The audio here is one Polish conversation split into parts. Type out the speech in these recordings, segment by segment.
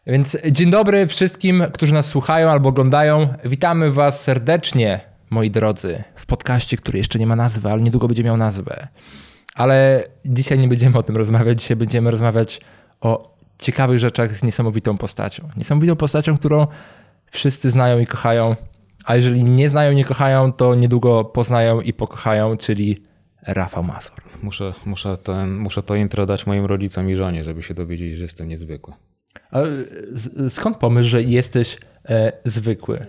Więc dzień dobry wszystkim, którzy nas słuchają albo oglądają. Witamy was serdecznie, moi drodzy, w podcaście, który jeszcze nie ma nazwy, ale niedługo będzie miał nazwę. Ale dzisiaj nie będziemy o tym rozmawiać. Dzisiaj będziemy rozmawiać o ciekawych rzeczach z niesamowitą postacią. Niesamowitą postacią, którą wszyscy znają i kochają. A jeżeli nie znają i nie kochają, to niedługo poznają i pokochają, czyli Rafał Mazur. Muszę to intro dać moim rodzicom i żonie, żeby się dowiedzieli, że jestem niezwykły. Ale skąd pomysł, że jesteś zwykły?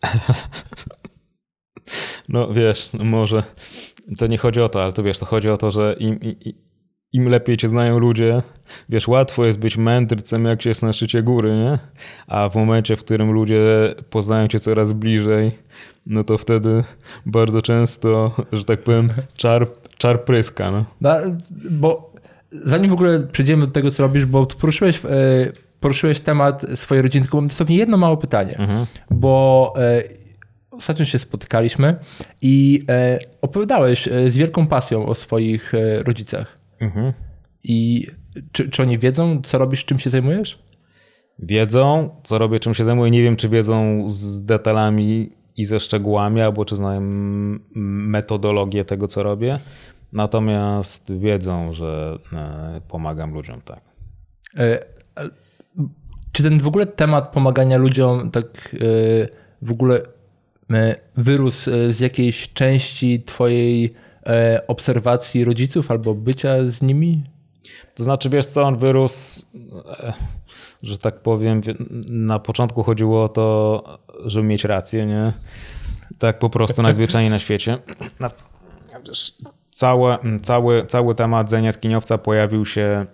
No wiesz, może to nie chodzi o to, ale to wiesz, to chodzi o to, że im lepiej cię znają ludzie, wiesz, łatwo jest być mędrcem, jak się jest na szczycie góry, nie? A w momencie, w którym ludzie poznają cię coraz bliżej, no to wtedy bardzo często, że tak powiem, czar pryska. No. Bo zanim w ogóle przejdziemy do tego, co robisz, bo poruszyłeś temat swojej rodziny, tylko mam dosłownie jedno małe pytanie, bo ostatnio się spotykaliśmy i opowiadałeś z wielką pasją o swoich rodzicach. I czy oni wiedzą, co robisz, czym się zajmujesz? Wiedzą, co robię, czym się zajmuję. Nie wiem, czy wiedzą z detalami i ze szczegółami, albo czy znają metodologię tego, co robię. Natomiast wiedzą, że pomagam ludziom, tak. Czy ten w ogóle temat pomagania ludziom tak w ogóle wyrósł z jakiejś części twojej obserwacji rodziców albo bycia z nimi? To znaczy, wiesz co, on wyrósł, że tak powiem, na początku chodziło o to, żeby mieć rację, nie? Tak po prostu najzwyczajniej na świecie. Cały temat dzenia skiniowca pojawił się,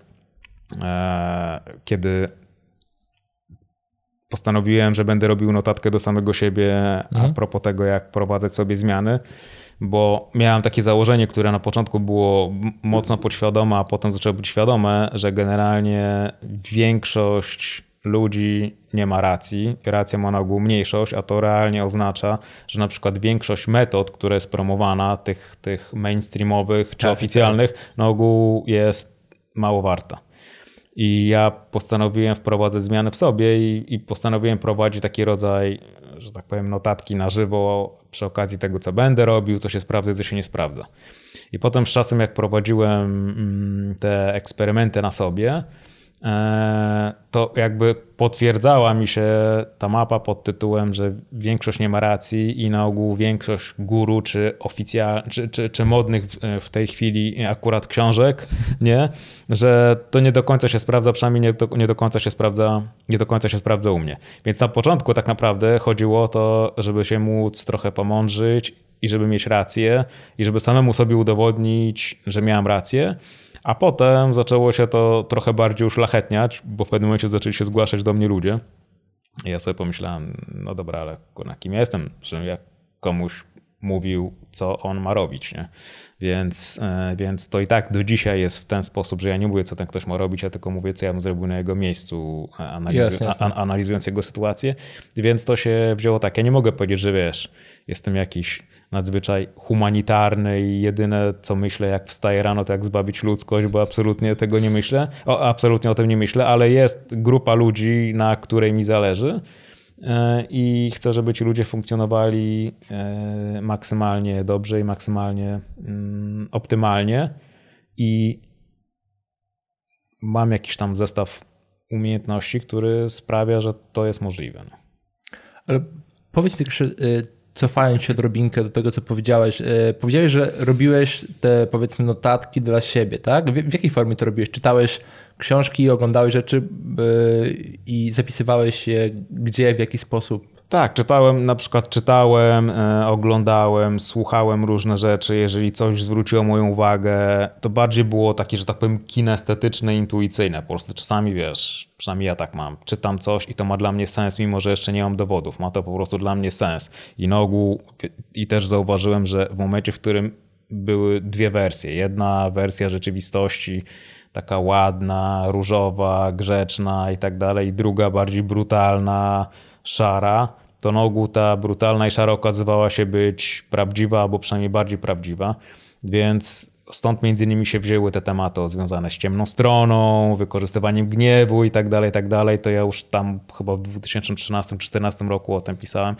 kiedy postanowiłem, że będę robił notatkę do samego siebie a propos tego, jak prowadzać sobie zmiany, bo miałem takie założenie, które na początku było mocno podświadome, a potem zaczęło być świadome, że generalnie większość ludzi nie ma racji. Racja ma na ogół mniejszość, a to realnie oznacza, że na przykład większość metod, która jest promowana, tych mainstreamowych czy oficjalnych, na ogół jest mało warta. I ja postanowiłem wprowadzać zmiany w sobie i postanowiłem prowadzić taki rodzaj, że tak powiem, notatki na żywo przy okazji tego, co będę robił, co się sprawdza, co się nie sprawdza. I potem z czasem, jak prowadziłem te eksperymenty na sobie, to jakby potwierdzała mi się ta mapa pod tytułem, że większość nie ma racji i na ogół większość guru czy modnych w tej chwili akurat książek, nie? Że to nie do końca się sprawdza, przynajmniej nie do końca się sprawdza u mnie. Więc na początku tak naprawdę chodziło o to, żeby się móc trochę pomądrzyć i żeby mieć rację i żeby samemu sobie udowodnić, że miałem rację. A potem zaczęło się to trochę bardziej uszlachetniać, bo w pewnym momencie zaczęli się zgłaszać do mnie ludzie. I ja sobie pomyślałem, no dobra, ale kim ja jestem, żebym ja komuś mówił, co on ma robić, nie? Więc to i tak do dzisiaj jest w ten sposób, że ja nie mówię, co ten ktoś ma robić, ja tylko mówię, co ja bym zrobił na jego miejscu, analizując jego sytuację. Więc to się wzięło tak. Ja nie mogę powiedzieć, że wiesz, jestem jakiś nadzwyczaj humanitarny i jedyne, co myślę, jak wstaję rano, to jak zbawić ludzkość, bo absolutnie tego nie myślę. Absolutnie o tym nie myślę, ale jest grupa ludzi, na której mi zależy i chcę, żeby ci ludzie funkcjonowali maksymalnie dobrze i maksymalnie optymalnie i mam jakiś tam zestaw umiejętności, który sprawia, że to jest możliwe. Ale powiedz mi jeszcze, cofając się odrobinkę do tego, co powiedziałeś. Powiedziałeś, że robiłeś te, powiedzmy, notatki dla siebie, tak? W jakiej formie to robiłeś? Czytałeś książki, oglądałeś rzeczy i zapisywałeś je gdzie, w jaki sposób? Tak, czytałem, oglądałem, słuchałem różne rzeczy. Jeżeli coś zwróciło moją uwagę, to bardziej było takie, że tak powiem, kinestetyczne, intuicyjne. Po prostu czasami, wiesz, przynajmniej ja tak mam. Czytam coś i to ma dla mnie sens, mimo że jeszcze nie mam dowodów. Ma to po prostu dla mnie sens. I na ogół, i też zauważyłem, że w momencie, w którym były dwie wersje. Jedna wersja rzeczywistości, taka ładna, różowa, grzeczna i tak dalej. Druga bardziej brutalna, szara, to na ogół ta brutalna i szara okazywała się być prawdziwa, albo przynajmniej bardziej prawdziwa. Więc stąd między innymi się wzięły te tematy związane z ciemną stroną, wykorzystywaniem gniewu i tak dalej, to ja już tam chyba w 2013-2014 roku o tym pisałem.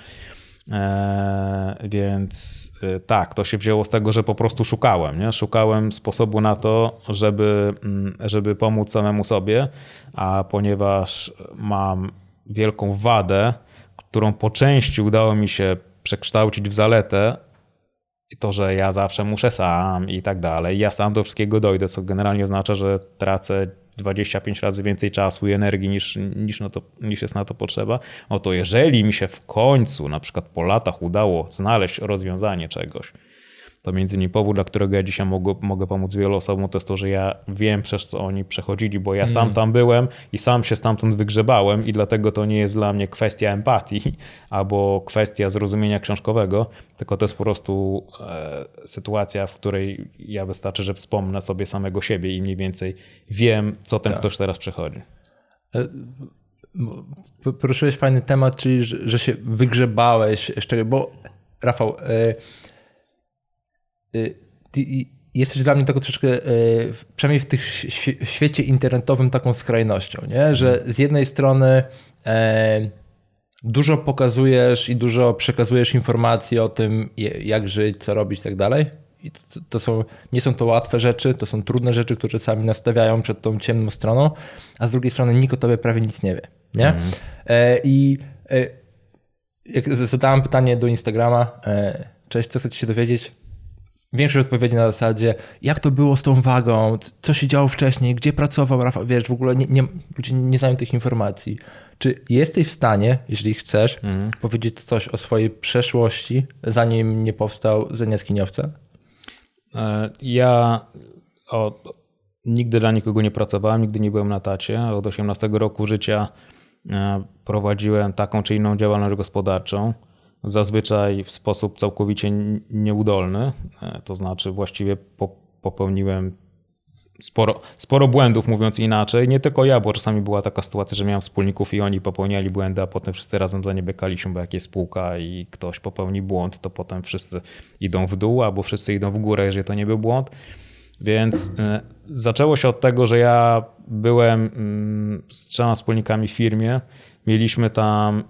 Więc tak, to się wzięło z tego, że po prostu szukałem, nie? Szukałem sposobu na to, żeby pomóc samemu sobie, a ponieważ mam wielką wadę, którą po części udało mi się przekształcić w zaletę, to, że ja zawsze muszę sam i tak dalej, ja sam do wszystkiego dojdę, co generalnie oznacza, że tracę 25 razy więcej czasu i energii niż jest na to potrzeba, to jeżeli mi się w końcu, na przykład po latach udało znaleźć rozwiązanie czegoś, to między innymi powód, dla którego ja dzisiaj mogę pomóc wielu osobom, to jest to, że ja wiem, przez co oni przechodzili, bo ja sam tam byłem i sam się stamtąd wygrzebałem i dlatego to nie jest dla mnie kwestia empatii albo kwestia zrozumienia książkowego, tylko to jest po prostu sytuacja, w której ja wystarczy, że wspomnę sobie samego siebie i mniej więcej wiem, co ten ktoś teraz przechodzi. Poruszyłeś fajny temat, czyli że się wygrzebałeś, bo Rafał, ty jesteś dla mnie taką troszeczkę, przynajmniej w świecie internetowym, taką skrajnością, nie? Że z jednej strony dużo pokazujesz i dużo przekazujesz informacji o tym, jak żyć, co robić i tak dalej. I nie są to łatwe rzeczy, to są trudne rzeczy, które sami nastawiają przed tą ciemną stroną, a z drugiej strony nikt o tobie prawie nic nie wie. Nie? Jak zadałem pytanie do Instagrama, cześć, co chcecie się dowiedzieć? Większość odpowiedzi na zasadzie, jak to było z tą wagą, co się działo wcześniej, gdzie pracował Rafał, wiesz, w ogóle ludzie nie znają tych informacji. Czy jesteś w stanie, jeśli chcesz, powiedzieć coś o swojej przeszłości, zanim nie powstał Zen Jaskiniowca? Ja nigdy dla nikogo nie pracowałem, nigdy nie byłem na etacie. Od 18 roku życia prowadziłem taką czy inną działalność gospodarczą. Zazwyczaj w sposób całkowicie nieudolny, to znaczy właściwie popełniłem sporo błędów, mówiąc inaczej. Nie tylko ja, bo czasami była taka sytuacja, że miałem wspólników i oni popełniali błędy, a potem wszyscy razem za nie bekaliśmy, bo jak jest spółka i ktoś popełni błąd, to potem wszyscy idą w dół, albo wszyscy idą w górę, jeżeli to nie był błąd. Więc zaczęło się od tego, że ja byłem z 3 wspólnikami w firmie. Mieliśmy tam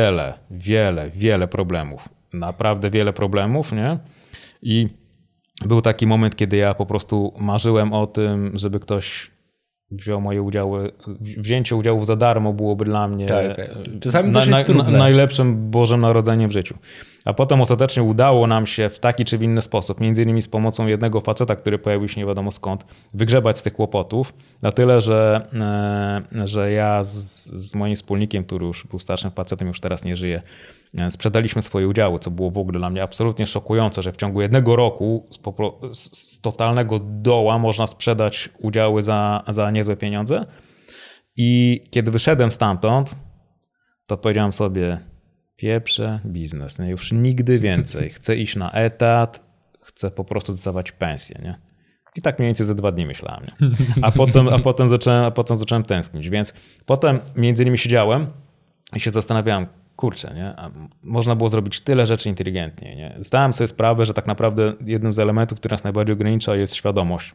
wiele problemów. Naprawdę wiele problemów, nie? I był taki moment, kiedy ja po prostu marzyłem o tym, żeby ktoś wziął moje udziały. Wzięcie udziałów za darmo byłoby dla mnie Czasami to jest najlepszym Bożym Narodzeniem w życiu. A potem ostatecznie udało nam się w taki czy w inny sposób, między innymi z pomocą jednego faceta, który pojawił się nie wiadomo skąd, wygrzebać z tych kłopotów. Na tyle, że ja z moim wspólnikiem, który już był starszym facetem, już teraz nie żyje, sprzedaliśmy swoje udziały, co było w ogóle dla mnie absolutnie szokujące, że w ciągu 1 roku z totalnego doła można sprzedać udziały za niezłe pieniądze. I kiedy wyszedłem stamtąd, to powiedziałem sobie, pieprzę biznes, nie? Już nigdy więcej. Chcę iść na etat, chcę po prostu dostawać pensję, nie? I tak mniej więcej za 2 dni myślałem, nie? A potem zacząłem tęsknić, więc potem między innymi siedziałem i się zastanawiałem, kurczę, nie? A można było zrobić tyle rzeczy inteligentnie, nie? Zdałem sobie sprawę, że tak naprawdę jednym z elementów, który nas najbardziej ogranicza, jest świadomość.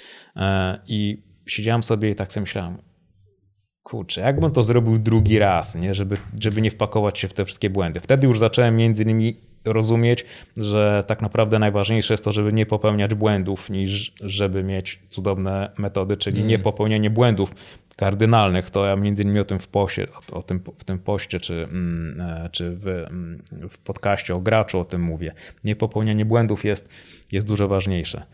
I siedziałem sobie i tak sobie myślałem, kurczę, jakbym to zrobił drugi raz, nie? Żeby nie wpakować się w te wszystkie błędy. Wtedy już zacząłem między innymi rozumieć, że tak naprawdę najważniejsze jest to, żeby nie popełniać błędów, niż żeby mieć cudowne metody, czyli nie popełnianie błędów kardynalnych. To ja między innymi o tym w tym poście, czy w podcaście o graczu o tym mówię. Nie popełnianie błędów jest dużo ważniejsze.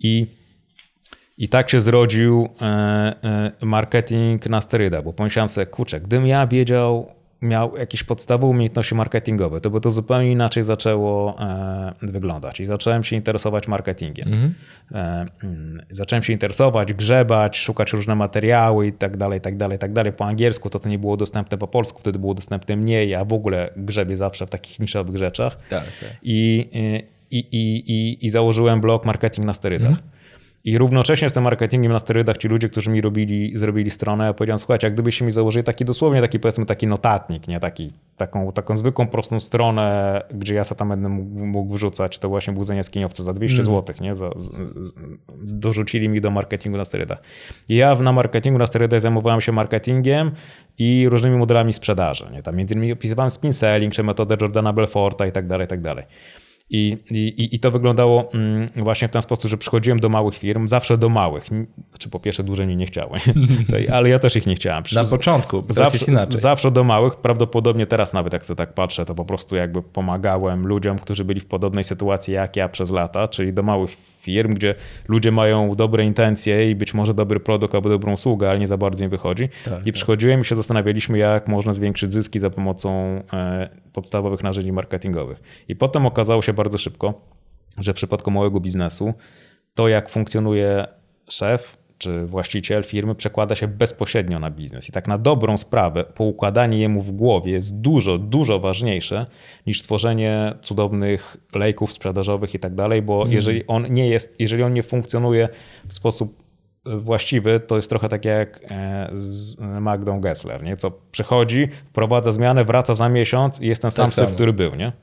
I tak się zrodził marketing na sterydach, bo pomyślałem sobie, kurczę, gdybym ja miał jakieś podstawowe umiejętności marketingowe, to by to zupełnie inaczej zaczęło wyglądać. I zacząłem się interesować marketingiem. Zacząłem się interesować, grzebać, szukać różne materiały i tak dalej. Po angielsku to, co nie było dostępne po polsku, wtedy było dostępne mniej. Ja w ogóle grzebię zawsze w takich niszowych rzeczach. Tak. I założyłem blog Marketing na sterydach. I równocześnie z tym marketingiem na sterydach ci ludzie, którzy zrobili stronę, ja powiedziałem, słuchajcie, jak gdybyście mi założyli taki powiedzmy taki notatnik, nie taki taką zwykłą, prostą stronę, gdzie ja sobie tam będę mógł wrzucać to właśnie budzenie jaskiniowca za 200 zł, nie? Dorzucili mi do marketingu na sterydach. I ja na marketingu na sterydach zajmowałem się marketingiem i różnymi modelami sprzedaży. Nie? Tam między innymi opisywałem spin selling, czy metodę Jordana Belforta i tak dalej, i tak dalej. I to wyglądało właśnie w ten sposób, że przychodziłem do małych firm, zawsze do małych. Znaczy po pierwsze duże mnie nie chciały, ale ja też ich nie chciałem. Na początku, zawsze do małych. Prawdopodobnie teraz nawet jak sobie tak patrzę, to po prostu jakby pomagałem ludziom, którzy byli w podobnej sytuacji jak ja przez lata, czyli do małych firm, gdzie ludzie mają dobre intencje i być może dobry produkt albo dobrą usługę, ale nie za bardzo im wychodzi. I przychodziłem i się zastanawialiśmy, jak można zwiększyć zyski za pomocą podstawowych narzędzi marketingowych. I potem okazało się bardzo szybko, że w przypadku małego biznesu to, jak funkcjonuje szef czy właściciel firmy, przekłada się bezpośrednio na biznes. I tak na dobrą sprawę poukładanie jemu w głowie jest dużo, dużo ważniejsze niż stworzenie cudownych lejków sprzedażowych i tak dalej, bo jeżeli on nie funkcjonuje w sposób właściwy, to jest trochę tak jak z Magdą Gessler, nie? Co przychodzi, wprowadza zmianę, wraca za miesiąc i jest ten sam syf, który był, nie?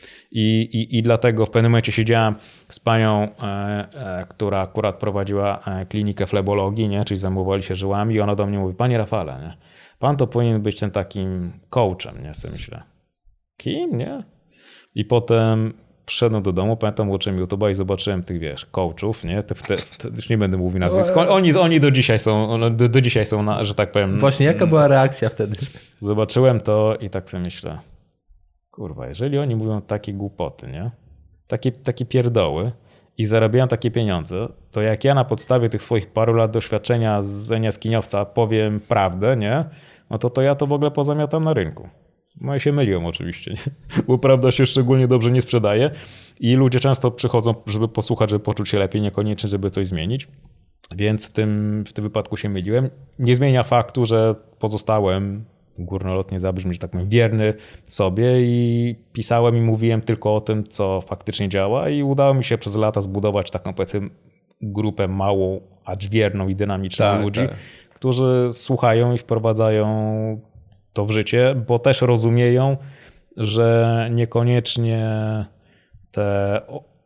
I dlatego w pewnym momencie siedziałem z panią, która akurat prowadziła klinikę flebologii, nie? Czyli zajmowali się żyłami i ona do mnie mówi: panie Rafale, nie? Pan to powinien być tym takim coachem, nie? Sobie myślę, kim, nie? I potem przyszedłem do domu, pamiętam, włączyłem YouTube'a i zobaczyłem tych, wiesz, coachów, nie? Już nie będę mówił nazwisk. Oni do dzisiaj są, że tak powiem. Właśnie, jaka była reakcja wtedy? Zobaczyłem to i tak sobie myślę, kurwa, jeżeli oni mówią takie głupoty, nie? Takie pierdoły i zarabiają takie pieniądze, to jak ja na podstawie tych swoich paru lat doświadczenia z jaskiniowca powiem prawdę, nie? No to ja to w ogóle pozamiatam na rynku. No i się myliłem oczywiście, nie? Bo prawda się szczególnie dobrze nie sprzedaje i ludzie często przychodzą, żeby posłuchać, żeby poczuć się lepiej, niekoniecznie, żeby coś zmienić. Więc w tym wypadku się myliłem. Nie zmienia faktu, że pozostałem, górnolotnie zabrzmi, że tak powiem, wierny sobie i pisałem i mówiłem tylko o tym, co faktycznie działa i udało mi się przez lata zbudować taką, powiedzmy, grupę małą, acz wierną i dynamiczną ludzi, którzy słuchają i wprowadzają to w życie, bo też rozumieją, że niekoniecznie te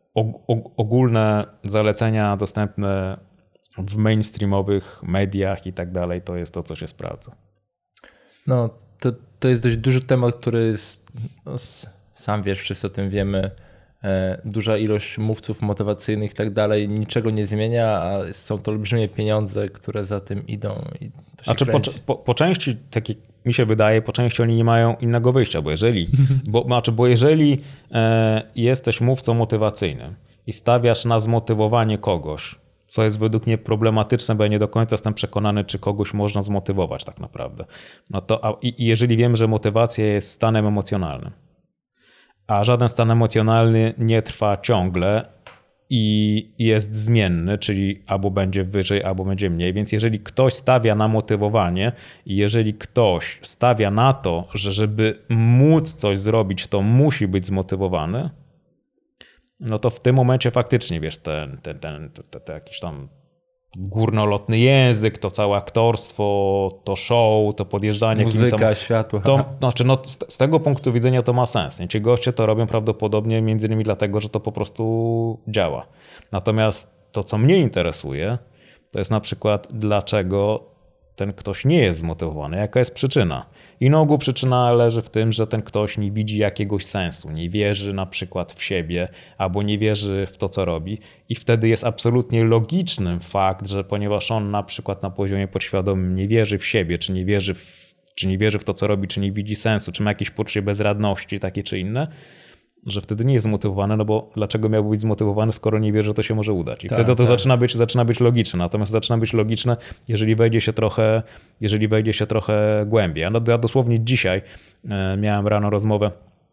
ogólne zalecenia dostępne w mainstreamowych mediach i tak dalej, to jest to, co się sprawdza. No, to jest dość duży temat, który jest, no, sam wiesz, wszyscy o tym wiemy, duża ilość mówców motywacyjnych i tak dalej niczego nie zmienia, a są to olbrzymie pieniądze, które za tym idą i to się kręci. Po części, tak jak mi się wydaje, po części oni nie mają innego wyjścia, bo jeżeli jesteś mówcą motywacyjnym i stawiasz na zmotywowanie kogoś, co jest według mnie problematyczne, bo ja nie do końca jestem przekonany, czy kogoś można zmotywować tak naprawdę. No to, i jeżeli wiem, że motywacja jest stanem emocjonalnym, a żaden stan emocjonalny nie trwa ciągle i jest zmienny, czyli albo będzie wyżej, albo będzie mniej, więc jeżeli ktoś stawia na motywowanie i jeżeli ktoś stawia na to, że żeby móc coś zrobić, to musi być zmotywowany, no to w tym momencie faktycznie, wiesz, ten jakiś tam górnolotny język, to całe aktorstwo, to show, to podjeżdżanie. Muzyka, światło. Z tego punktu widzenia to ma sens. Nie? Ci goście to robią prawdopodobnie między innymi dlatego, że to po prostu działa. Natomiast to, co mnie interesuje, to jest na przykład, dlaczego ten ktoś nie jest zmotywowany, jaka jest przyczyna. I na ogół przyczyna leży w tym, że ten ktoś nie widzi jakiegoś sensu, nie wierzy na przykład w siebie albo nie wierzy w to, co robi i wtedy jest absolutnie logicznym fakt, że ponieważ on na przykład na poziomie podświadomym nie wierzy w siebie, czy nie wierzy w to, co robi, czy nie widzi sensu, czy ma jakieś poczucie bezradności takie czy inne, że wtedy nie jest zmotywowany, no bo dlaczego miałby być zmotywowany, skoro nie wie, że to się może udać. I wtedy to zaczyna być logiczne. Natomiast zaczyna być logiczne, jeżeli wejdzie się trochę głębiej. Ja dosłownie dzisiaj miałem rano rozmowę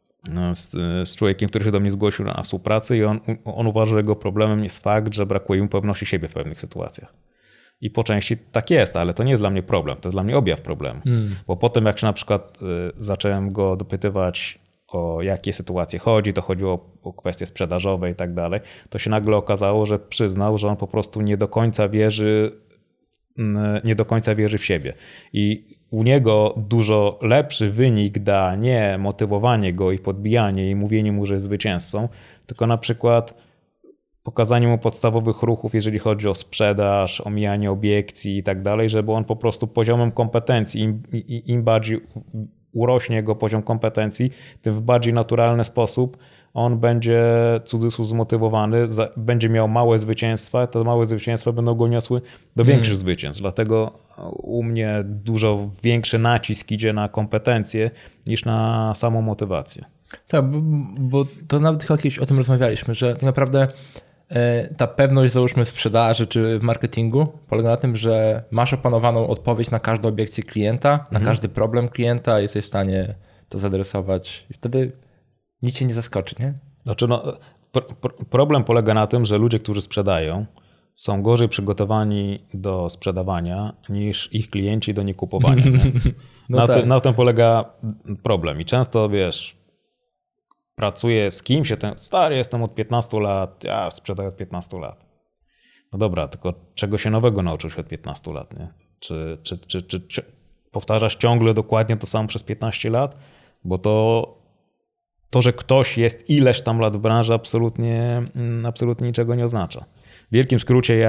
z człowiekiem, który się do mnie zgłosił na współpracy i on uważa, że jego problemem jest fakt, że brakuje mu pewności siebie w pewnych sytuacjach. I po części tak jest, ale to nie jest dla mnie problem, to jest dla mnie objaw problemu. Bo potem jak się na przykład zacząłem go dopytywać, o jakie sytuacje chodzi, to chodziło o kwestie sprzedażowe i tak dalej, to się nagle okazało, że przyznał, że on po prostu nie do końca wierzy w siebie. I u niego dużo lepszy wynik da nie motywowanie go i podbijanie i mówienie mu, że jest zwycięzcą, tylko na przykład pokazanie mu podstawowych ruchów, jeżeli chodzi o sprzedaż, omijanie obiekcji i tak dalej, żeby on po prostu poziomem kompetencji, im bardziej urośnie jego poziom kompetencji, tym w bardziej naturalny sposób on będzie, cudzysłów, zmotywowany, będzie miał małe zwycięstwa, te małe zwycięstwa będą go niosły do większych zwycięstw. Dlatego u mnie dużo większy nacisk idzie na kompetencje niż na samą motywację. Tak, bo to nawet chyba kiedyś o tym rozmawialiśmy, że tak naprawdę ta pewność, załóżmy, w sprzedaży czy w marketingu polega na tym, że masz opanowaną odpowiedź na każdą obiekcję klienta, na każdy problem klienta, jesteś w stanie to zadresować i wtedy nic cię nie zaskoczy, nie? Znaczy, problem polega na tym, że ludzie, którzy sprzedają, są gorzej przygotowani do sprzedawania niż ich klienci do niekupowania. Nie? Na tym polega problem. I często, wiesz, pracuję z kimś, stary jestem od 15 lat, ja sprzedaję od 15 lat. No dobra, tylko czego się nowego nauczysz od 15 lat, nie? Czy powtarzasz ciągle dokładnie to samo przez 15 lat? Bo to, że ktoś jest ileś tam lat w branży, absolutnie niczego nie oznacza. W wielkim skrócie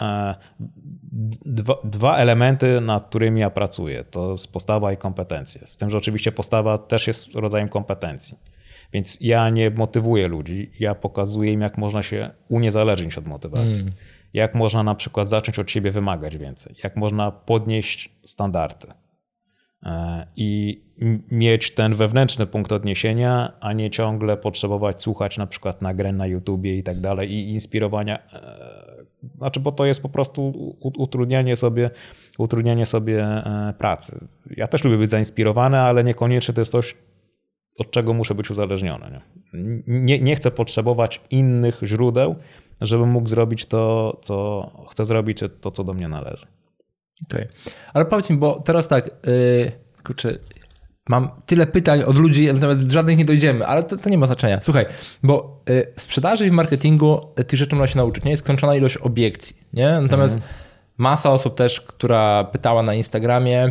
dwa elementy, nad którymi ja pracuję, to jest postawa i kompetencje. Z tym, że oczywiście postawa też jest rodzajem kompetencji. Więc ja nie motywuję ludzi, ja pokazuję im, jak można się uniezależnić od motywacji. Jak można na przykład zacząć od siebie wymagać więcej, jak można podnieść standardy i mieć ten wewnętrzny punkt odniesienia, a nie ciągle potrzebować słuchać na przykład nagrań na YouTubie i tak dalej i inspirowania. Znaczy, bo to jest po prostu utrudnianie sobie pracy. Ja też lubię być zainspirowany, ale niekoniecznie to jest coś, od czego muszę być uzależniony. Nie chcę potrzebować innych źródeł, żebym mógł zrobić to, co chcę zrobić, czy to, co do mnie należy. Okej. Ale powiedz mi, bo teraz tak, kurczę, mam tyle pytań od ludzi, nawet żadnych nie dojdziemy, ale to nie ma znaczenia. Słuchaj, bo w sprzedaży i w marketingu tych rzeczy można się nauczyć, nie? Jest skończona ilość obiekcji, nie? Natomiast masa osób też, która pytała na Instagramie,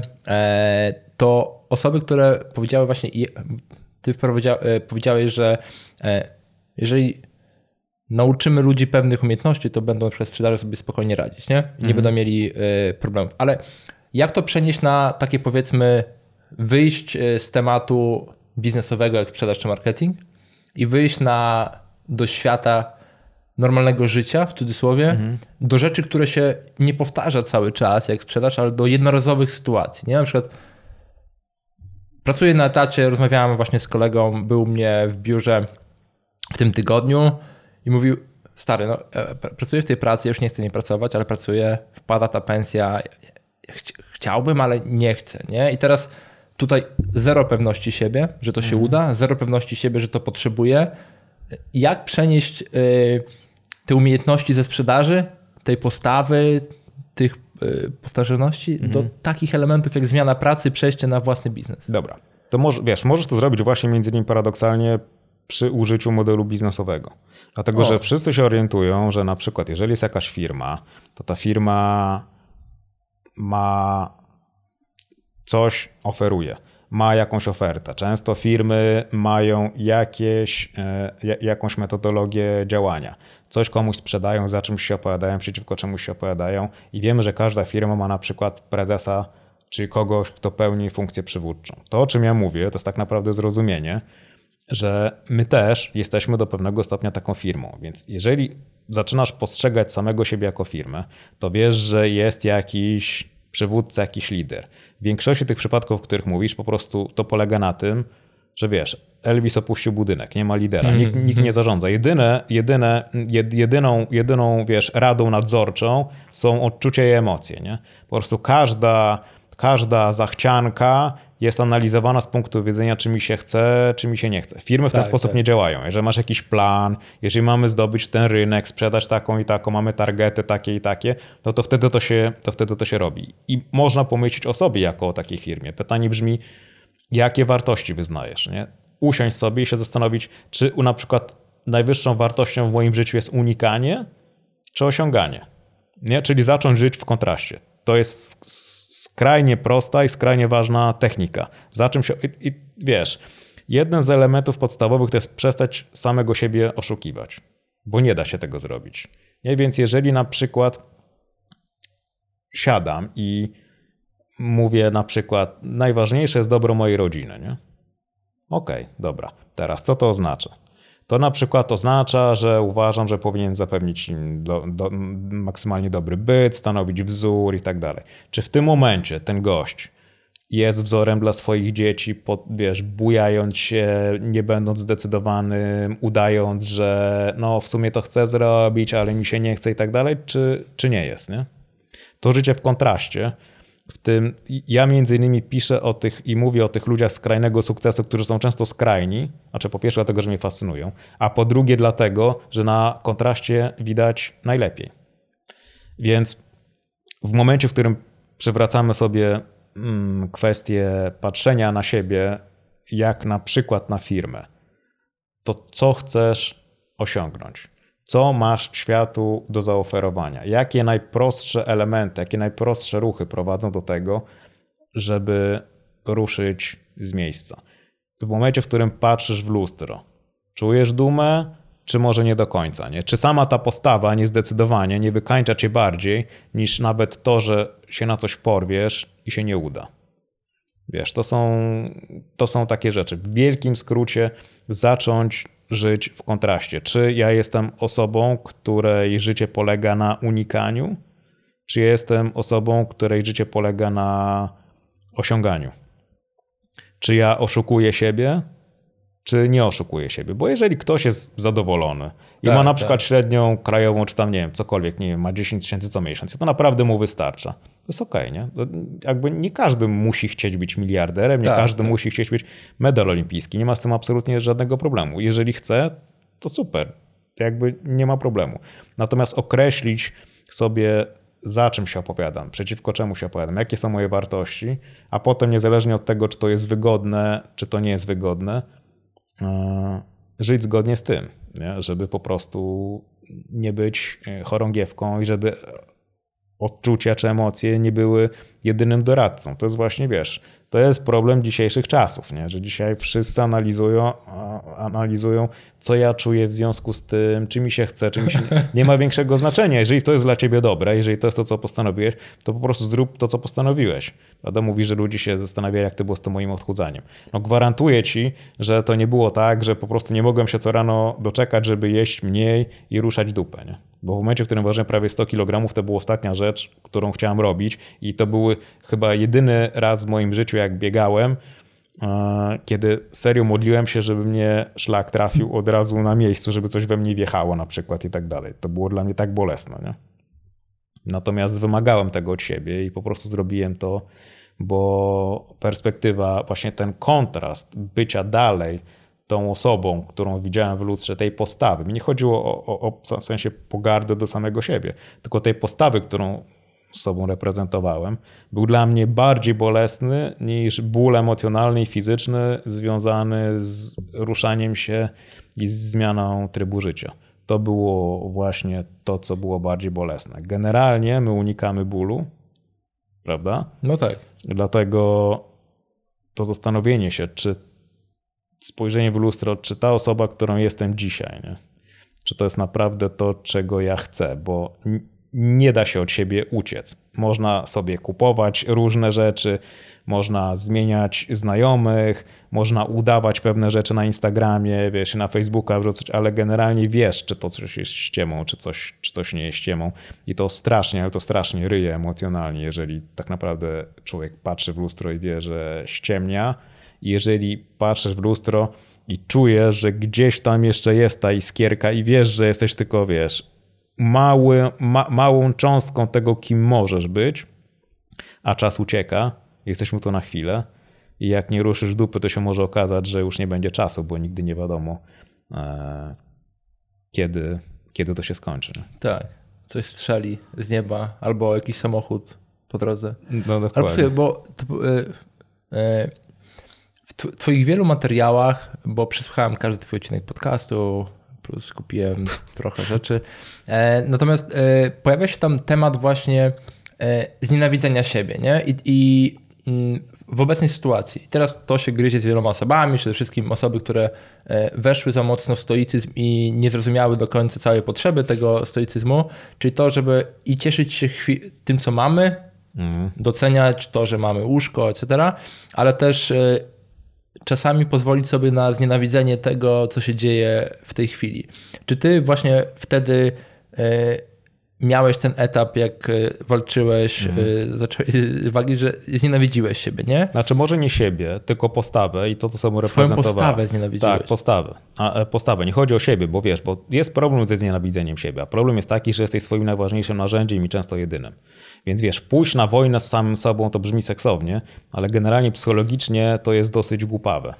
to osoby, które powiedziały właśnie, ty powiedziałeś, że jeżeli nauczymy ludzi pewnych umiejętności, to będą na przykład sprzedaże sobie spokojnie radzić, nie? Nie będą mieli problemów. Ale jak to przenieść na takie, powiedzmy, wyjść z tematu biznesowego jak sprzedaż czy marketing i wyjść do świata normalnego życia, w cudzysłowie, do rzeczy, które się nie powtarza cały czas jak sprzedaż, ale do jednorazowych sytuacji, nie? Na przykład pracuję na etacie, rozmawiałem właśnie z kolegą, był u mnie w biurze w tym tygodniu i mówił, stary, no, pracuję w tej pracy, już nie chcę nie pracować, ale pracuję, wpada ta pensja, chciałbym, ale nie chcę, nie? I teraz tutaj zero pewności siebie, że to się uda, zero pewności siebie, że to potrzebuję. Jak przenieść te umiejętności ze sprzedaży, tej postawy, tych powtarzalności do takich elementów jak zmiana pracy, przejście na własny biznes? Dobra, to możesz to zrobić właśnie między innymi paradoksalnie przy użyciu modelu biznesowego. Dlatego, że wszyscy się orientują, że na przykład jeżeli jest jakaś firma, to ta firma ma coś, oferuje, ma jakąś ofertę. Często firmy mają jakąś metodologię działania. Coś komuś sprzedają, za czymś się opowiadają, przeciwko czemuś się opowiadają i wiemy, że każda firma ma na przykład prezesa czy kogoś, kto pełni funkcję przywódczą. To, o czym ja mówię, to jest tak naprawdę zrozumienie, że my też jesteśmy do pewnego stopnia taką firmą, więc jeżeli zaczynasz postrzegać samego siebie jako firmę, to wiesz, że jest jakiś przywódca, jakiś lider. W większości tych przypadków, o których mówisz, po prostu to polega na tym, że wiesz, Elvis opuścił budynek, nie ma lidera, nikt nie zarządza. Jedyną wiesz, radą nadzorczą są odczucia i emocje. Nie? Po prostu każda zachcianka jest analizowana z punktu widzenia, czy mi się chce, czy mi się nie chce. Firmy w ten sposób nie działają. Jeżeli masz jakiś plan, jeżeli mamy zdobyć ten rynek, sprzedać taką i taką, mamy targety takie i takie, no to wtedy to się robi. I można pomyśleć o sobie jako o takiej firmie. Pytanie brzmi, jakie wartości wyznajesz? Nie? Usiąść sobie i się zastanowić, czy na przykład najwyższą wartością w moim życiu jest unikanie, czy osiąganie. Nie? Czyli zacząć żyć w kontraście. to jest skrajnie prosta i skrajnie ważna technika. Za czym się... I wiesz, jeden z elementów podstawowych to jest przestać samego siebie oszukiwać, bo nie da się tego zrobić. Nie? Więc jeżeli na przykład siadam i mówię na przykład, najważniejsze jest dobro mojej rodziny, nie? Okej, dobra. Teraz co to oznacza? To na przykład oznacza, że uważam, że powinien zapewnić im maksymalnie dobry byt, stanowić wzór i tak dalej. Czy w tym momencie ten gość jest wzorem dla swoich dzieci, wiesz, bujając się, nie będąc zdecydowanym, udając, że no w sumie to chcę zrobić, ale mi się nie chce i tak dalej, czy nie jest, nie? To życie w kontraście. W tym ja między innymi piszę o tych i mówię o tych ludziach skrajnego sukcesu, którzy są często skrajni, znaczy po pierwsze dlatego, że mnie fascynują, a po drugie dlatego, że na kontraście widać najlepiej. Więc w momencie, w którym przywracamy sobie kwestię patrzenia na siebie, jak na przykład na firmę, to co chcesz osiągnąć? Co masz światu do zaoferowania? Jakie najprostsze elementy, jakie najprostsze ruchy prowadzą do tego, żeby ruszyć z miejsca? W momencie, w którym patrzysz w lustro, czujesz dumę, czy może nie do końca? Nie? Czy sama ta postawa niezdecydowanie nie wykańcza cię bardziej niż nawet to, że się na coś porwiesz i się nie uda? Wiesz, to są takie rzeczy. W wielkim skrócie zacząć żyć w kontraście. Czy ja jestem osobą, której życie polega na unikaniu, czy ja jestem osobą, której życie polega na osiąganiu? Czy ja oszukuję siebie, czy nie oszukuję siebie? Bo jeżeli ktoś jest zadowolony i ma na przykład średnią krajową, czy tam nie wiem, cokolwiek, nie wiem, ma 10 000 co miesiąc, to naprawdę mu wystarcza. To jest okej, nie? To jakby nie każdy musi chcieć być miliarderem, nie każdy musi chcieć mieć medal olimpijski. Nie ma z tym absolutnie żadnego problemu. Jeżeli chce, to super. To jakby nie ma problemu. Natomiast określić sobie, za czym się opowiadam, przeciwko czemu się opowiadam, jakie są moje wartości, a potem niezależnie od tego, czy to jest wygodne, czy to nie jest wygodne, żyć zgodnie z tym, nie? Żeby po prostu nie być chorągiewką i żeby odczucia czy emocje nie były jedynym doradcą. To jest właśnie, wiesz, to jest problem dzisiejszych czasów, nie? Że dzisiaj wszyscy analizują, co ja czuję w związku z tym, czy mi się chce, czy mi się nie ma większego znaczenia. Jeżeli to jest dla ciebie dobre, jeżeli to jest to, co postanowiłeś, to po prostu zrób to, co postanowiłeś. Prawda? Mówi, że ludzie się zastanawiają, jak to było z tym moim odchudzaniem. No gwarantuję ci, że to nie było tak, że po prostu nie mogłem się co rano doczekać, żeby jeść mniej i ruszać dupę, nie? Bo w momencie, w którym ważyłem prawie 100 kg, to była ostatnia rzecz, którą chciałem robić i to były chyba jedyny raz w moim życiu, jak biegałem, kiedy serio modliłem się, żeby mnie szlak trafił od razu na miejscu, żeby coś we mnie wjechało na przykład i tak dalej. To było dla mnie tak bolesne, nie? Natomiast wymagałem tego od siebie i po prostu zrobiłem to, bo perspektywa, właśnie ten kontrast bycia dalej tą osobą, którą widziałem w lustrze, tej postawy. Mi nie chodziło o w sensie pogardy do samego siebie, tylko tej postawy, którą sobą reprezentowałem, był dla mnie bardziej bolesny niż ból emocjonalny i fizyczny związany z ruszaniem się i z zmianą trybu życia. To było właśnie to, co było bardziej bolesne. Generalnie my unikamy bólu, prawda? No tak. Dlatego to zastanowienie się, czy spojrzenie w lustro, czy ta osoba, którą jestem dzisiaj, nie? Czy to jest naprawdę to, czego ja chcę, bo nie da się od siebie uciec. Można sobie kupować różne rzeczy, można zmieniać znajomych, można udawać pewne rzeczy na Instagramie, wiesz, na Facebooka wrzucać, ale generalnie wiesz, czy to coś jest ściemą, czy coś nie jest ściemą. I to strasznie, ale to strasznie ryje emocjonalnie, jeżeli tak naprawdę człowiek patrzy w lustro i wie, że ściemnia. I jeżeli patrzysz w lustro i czujesz, że gdzieś tam jeszcze jest ta iskierka i wiesz, że jesteś tylko, wiesz, małą cząstką tego, kim możesz być, a czas ucieka, jesteśmy tu na chwilę i jak nie ruszysz dupy, to się może okazać, że już nie będzie czasu, bo nigdy nie wiadomo, kiedy to się skończy. Tak, coś strzeli z nieba albo jakiś samochód po drodze. No dokładnie. Ale bo w twoich wielu materiałach, bo przesłuchałem każdy twój odcinek podcastu, plus kupiłem trochę rzeczy. Natomiast pojawia się tam temat właśnie znienawidzenia siebie, nie? I w obecnej sytuacji, teraz to się gryzie z wieloma osobami, przede wszystkim osoby, które weszły za mocno w stoicyzm i nie zrozumiały do końca całej potrzeby tego stoicyzmu, czyli to, żeby i cieszyć się tym, co mamy, doceniać to, że mamy łóżko, etc., ale też czasami pozwolić sobie na znienawidzenie tego, co się dzieje w tej chwili. Czy ty właśnie wtedy miałeś ten etap, jak walczyłeś, zacząłeś walczyć, że znienawidziłeś siebie, nie? Znaczy może nie siebie, tylko postawę i to sobą reprezentowała. Swoją postawę znienawidziłeś. Tak, postawę. Nie chodzi o siebie, bo wiesz, bo jest problem ze znienawidzeniem siebie, a problem jest taki, że jesteś swoim najważniejszym narzędziem i często jedynym. Więc wiesz, pójść na wojnę z samym sobą to brzmi seksownie, ale generalnie psychologicznie to jest dosyć głupawe.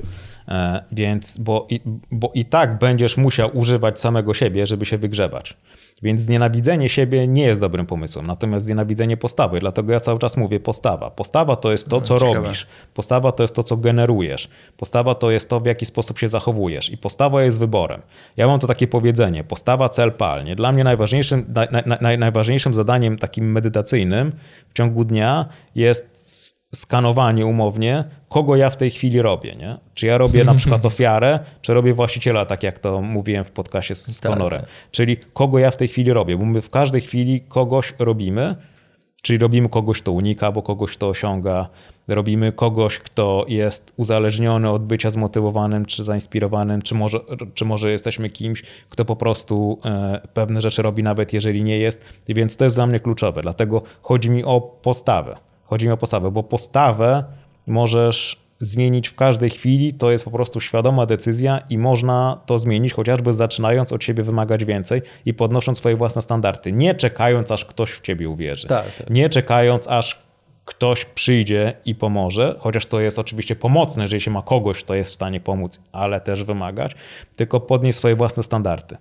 Więc, bo i tak będziesz musiał używać samego siebie, żeby się wygrzebać. Więc znienawidzenie siebie nie jest dobrym pomysłem, natomiast znienawidzenie postawy, dlatego ja cały czas mówię postawa. Postawa to jest to, co robisz. Postawa to jest to, co generujesz. Postawa to jest to, w jaki sposób się zachowujesz. I postawa jest wyborem. Ja mam to takie powiedzenie, postawa, cel, pal. Nie? Dla mnie najważniejszym zadaniem takim medytacyjnym w ciągu dnia jest skanowanie umownie, kogo ja w tej chwili robię. Nie? Czy ja robię na przykład ofiarę, czy robię właściciela, tak jak to mówiłem w podcastie z Conorem. Czyli kogo ja w tej chwili robię, bo my w każdej chwili kogoś robimy, czyli robimy kogoś, kto unika, bo kogoś, kto osiąga, robimy kogoś, kto jest uzależniony od bycia zmotywowanym, czy zainspirowanym, czy może jesteśmy kimś, kto po prostu pewne rzeczy robi, nawet jeżeli nie jest. I więc to jest dla mnie kluczowe, dlatego chodzi mi o postawę. Chodzi mi o postawę, bo postawę możesz zmienić w każdej chwili, to jest po prostu świadoma decyzja i można to zmienić, chociażby zaczynając od siebie wymagać więcej i podnosząc swoje własne standardy, nie czekając, aż ktoś w ciebie uwierzy, nie czekając, aż ktoś przyjdzie i pomoże, chociaż to jest oczywiście pomocne, jeżeli się ma kogoś, kto jest w stanie pomóc, ale też wymagać, tylko podnieść swoje własne standardy.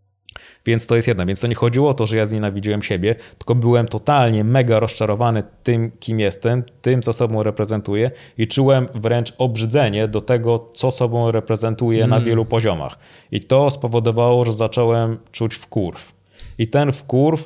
Więc to jest jedno. Więc to nie chodziło o to, że ja znienawidziłem siebie, tylko byłem totalnie mega rozczarowany tym, kim jestem, tym, co sobą reprezentuję i czułem wręcz obrzydzenie do tego, co sobą reprezentuję na wielu poziomach. I to spowodowało, że zacząłem czuć wkurw. I ten wkurw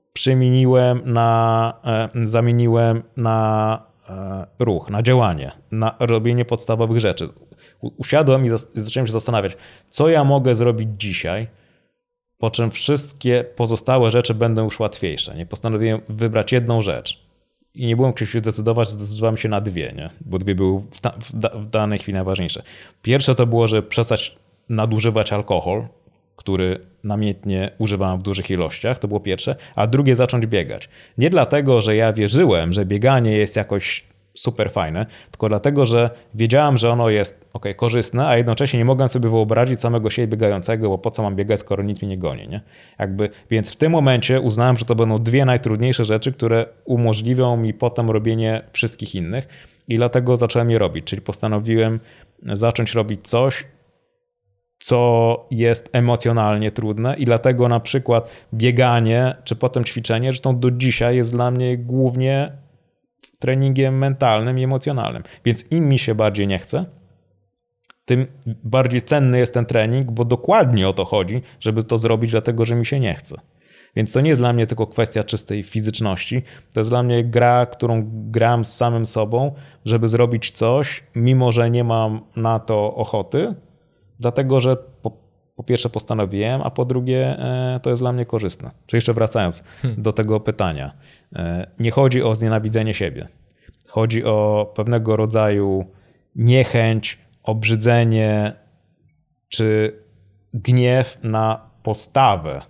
zamieniłem na ruch, na działanie, na robienie podstawowych rzeczy. Usiadłem i zacząłem się zastanawiać, co ja mogę zrobić dzisiaj, po czym wszystkie pozostałe rzeczy będą już łatwiejsze. Nie postanowiłem wybrać jedną rzecz. I nie byłem się zdecydować, zdecydowałem się na dwie, nie? Bo dwie były w danej chwili najważniejsze. Pierwsze to było, że przestać nadużywać alkohol, który namiętnie używałem w dużych ilościach, to było pierwsze, a drugie zacząć biegać. Nie dlatego, że ja wierzyłem, że bieganie jest jakoś super fajne, tylko dlatego, że wiedziałem, że ono jest korzystne, a jednocześnie nie mogłem sobie wyobrazić samego siebie biegającego, bo po co mam biegać, skoro nic mnie nie goni, nie? Więc w tym momencie uznałem, że to będą dwie najtrudniejsze rzeczy, które umożliwią mi potem robienie wszystkich innych i dlatego zacząłem je robić, czyli postanowiłem zacząć robić coś, co jest emocjonalnie trudne i dlatego na przykład bieganie, czy potem ćwiczenie, zresztą do dzisiaj jest dla mnie głównie treningiem mentalnym i emocjonalnym. Więc im mi się bardziej nie chce, tym bardziej cenny jest ten trening, bo dokładnie o to chodzi, żeby to zrobić dlatego, że mi się nie chce. Więc to nie jest dla mnie tylko kwestia czystej fizyczności, to jest dla mnie gra, którą gram z samym sobą, żeby zrobić coś, mimo że nie mam na to ochoty, dlatego, że po pierwsze postanowiłem, a po drugie to jest dla mnie korzystne. Czyli jeszcze wracając do tego pytania. Nie chodzi o znienawidzenie siebie. Chodzi o pewnego rodzaju niechęć, obrzydzenie czy gniew na postawę,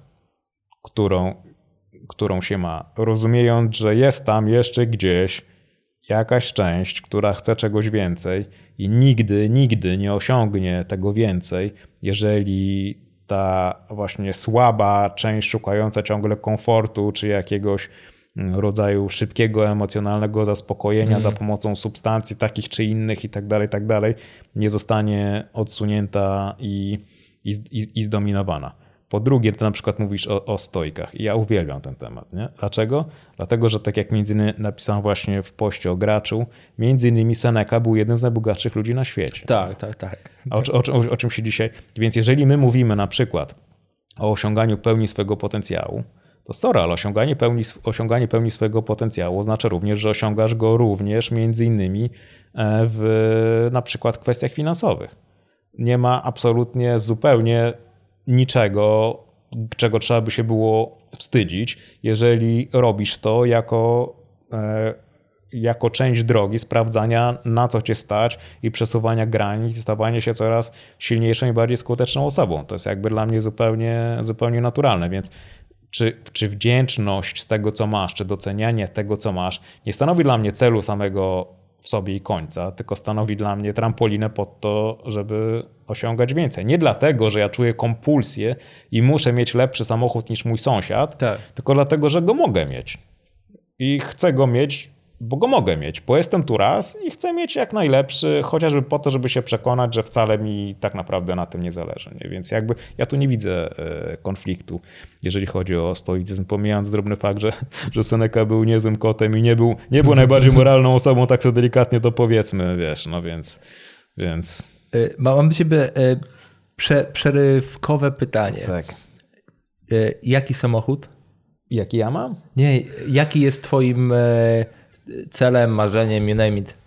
którą się ma. Rozumiejąc, że jest tam jeszcze gdzieś jakaś część, która chce czegoś więcej i nigdy nie osiągnie tego więcej, jeżeli ta właśnie słaba część szukająca ciągle komfortu czy jakiegoś rodzaju szybkiego emocjonalnego zaspokojenia za pomocą substancji takich czy innych i tak dalej, nie zostanie odsunięta i zdominowana. Po drugie, ty na przykład mówisz o stoikach i ja uwielbiam ten temat. Nie? Dlaczego? Dlatego, że tak jak między innymi napisałem właśnie w poście o graczu, między innymi Seneca był jednym z najbogatszych ludzi na świecie. Tak. O czym się dzisiaj... Więc jeżeli my mówimy na przykład o osiąganiu pełni swojego potencjału, to sorry, ale osiąganie pełni swojego potencjału oznacza również, że osiągasz go również między innymi w na przykład kwestiach finansowych. Nie ma absolutnie zupełnie niczego, czego trzeba by się było wstydzić, jeżeli robisz to jako część drogi sprawdzania, na co cię stać i przesuwania granic, stawania się coraz silniejszą i bardziej skuteczną osobą. To jest jakby dla mnie zupełnie naturalne, więc czy wdzięczność z tego, co masz, czy docenianie tego, co masz, nie stanowi dla mnie celu samego w sobie i końca, tylko stanowi dla mnie trampolinę pod to, żeby osiągać więcej. Nie dlatego, że ja czuję kompulsję i muszę mieć lepszy samochód niż mój sąsiad, tylko dlatego, że go mogę mieć. I chcę go mieć, bo go mogę mieć, bo jestem tu raz i chcę mieć jak najlepszy, chociażby po to, żeby się przekonać, że wcale mi tak naprawdę na tym nie zależy. Nie? Więc jakby ja tu nie widzę konfliktu, jeżeli chodzi o stoicyzm, pomijając drobny fakt, że Seneca był niezłym kotem i nie był najbardziej moralną osobą, tak to delikatnie to powiedzmy, wiesz, no więc... Mam do ciebie przerywkowe pytanie. Tak. Jaki samochód? Jaki ja mam? Nie, jaki jest twoim celem, marzeniem, you name it?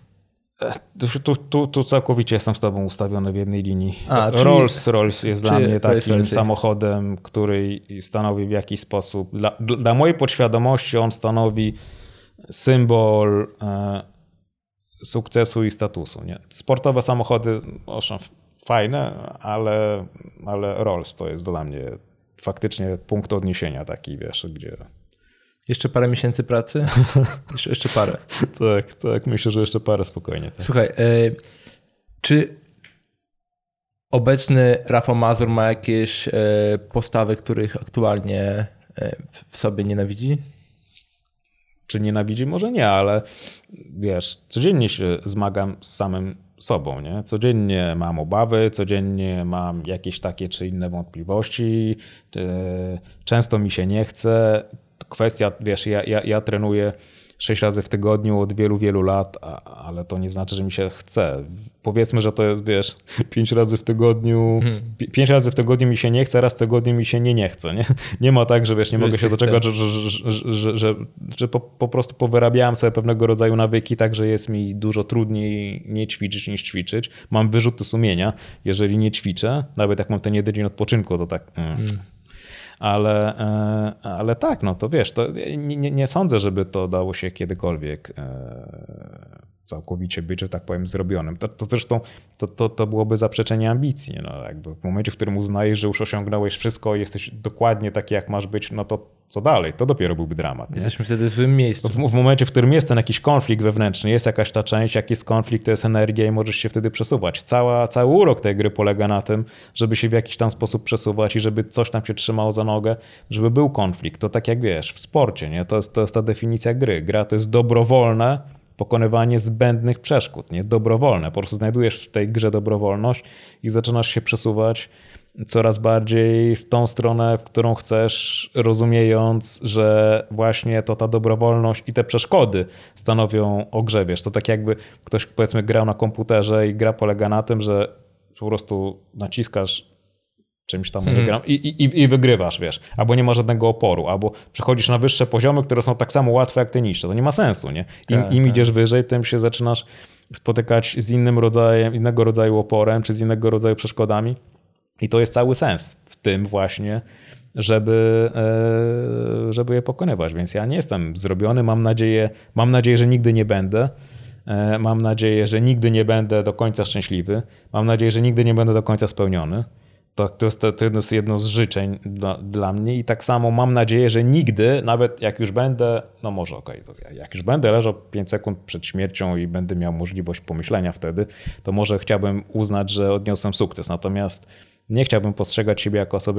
Tu całkowicie jestem z tobą ustawiony w jednej linii. Czyli Rolls-Royce jest dla mnie takim samochodem, który stanowi w jakiś sposób, dla mojej podświadomości on stanowi symbol sukcesu i statusu. Nie? Sportowe samochody, owszem, fajne, ale Rolls to jest dla mnie faktycznie punkt odniesienia taki, wiesz, gdzie... Jeszcze parę miesięcy pracy? Jeszcze parę. Tak, myślę, że jeszcze parę spokojnie. Tak. Słuchaj, czy obecny Rafał Mazur ma jakieś postawy, których aktualnie w sobie nienawidzi? Czy nienawidzi? Może nie, ale wiesz, codziennie się zmagam z samym sobą, nie? Codziennie mam obawy, codziennie mam jakieś takie czy inne wątpliwości, często mi się nie chce. Kwestia, wiesz, ja trenuję 6 razy w tygodniu od wielu lat, ale to nie znaczy, że mi się chce. Powiedzmy, że to jest, wiesz, 5 razy w tygodniu, 5 razy w tygodniu mi się nie chce, raz w tygodniu mi się nie chce, nie? Nie ma tak, że wiesz, nie mogę się doczekać, że po prostu powyrabiałem sobie pewnego rodzaju nawyki, tak, że jest mi dużo trudniej nie ćwiczyć niż ćwiczyć. Mam wyrzuty sumienia, jeżeli nie ćwiczę, nawet jak mam ten jeden dzień odpoczynku, to tak... Ale tak, no to wiesz, to nie sądzę, żeby to dało się kiedykolwiek całkowicie być, że tak powiem, zrobionym. To zresztą to byłoby zaprzeczenie ambicji. No, jakby w momencie, w którym uznajesz, że już osiągnąłeś wszystko i jesteś dokładnie taki, jak masz być, no to co dalej? To dopiero byłby dramat. Jesteśmy wtedy w złym miejscu. W momencie, w którym jest ten jakiś konflikt wewnętrzny, jest jakaś ta część, jak jest konflikt, to jest energia i możesz się wtedy przesuwać. Cały urok tej gry polega na tym, żeby się w jakiś tam sposób przesuwać i żeby coś tam się trzymało za nogę, żeby był konflikt. To tak jak wiesz, w sporcie, nie? To jest ta definicja gry. Gra to jest dobrowolne pokonywanie zbędnych przeszkód, nie? Dobrowolne. Po prostu znajdujesz w tej grze dobrowolność i zaczynasz się przesuwać coraz bardziej w tą stronę, w którą chcesz, rozumiejąc, że właśnie to ta dobrowolność i te przeszkody stanowią o grze. Wiesz, to tak jakby ktoś, powiedzmy, grał na komputerze i gra polega na tym, że po prostu naciskasz czymś tam i wygrywasz, wiesz. Albo nie ma żadnego oporu, albo przechodzisz na wyższe poziomy, które są tak samo łatwe jak te niższe. To nie ma sensu, nie? Im idziesz wyżej, tym się zaczynasz spotykać z innego rodzaju oporem, czy z innego rodzaju przeszkodami. I to jest cały sens w tym właśnie, żeby je pokonywać. Więc ja nie jestem zrobiony. Mam nadzieję, że nigdy nie będę. Mam nadzieję, że nigdy nie będę do końca szczęśliwy. Mam nadzieję, że nigdy nie będę do końca spełniony. To jest jedno z życzeń dla mnie i tak samo mam nadzieję, że nigdy, nawet jak już będę, no może jak już będę leżał 5 sekund przed śmiercią i będę miał możliwość pomyślenia wtedy, to może chciałbym uznać, że odniosłem sukces. Natomiast nie chciałbym postrzegać siebie jako osoby,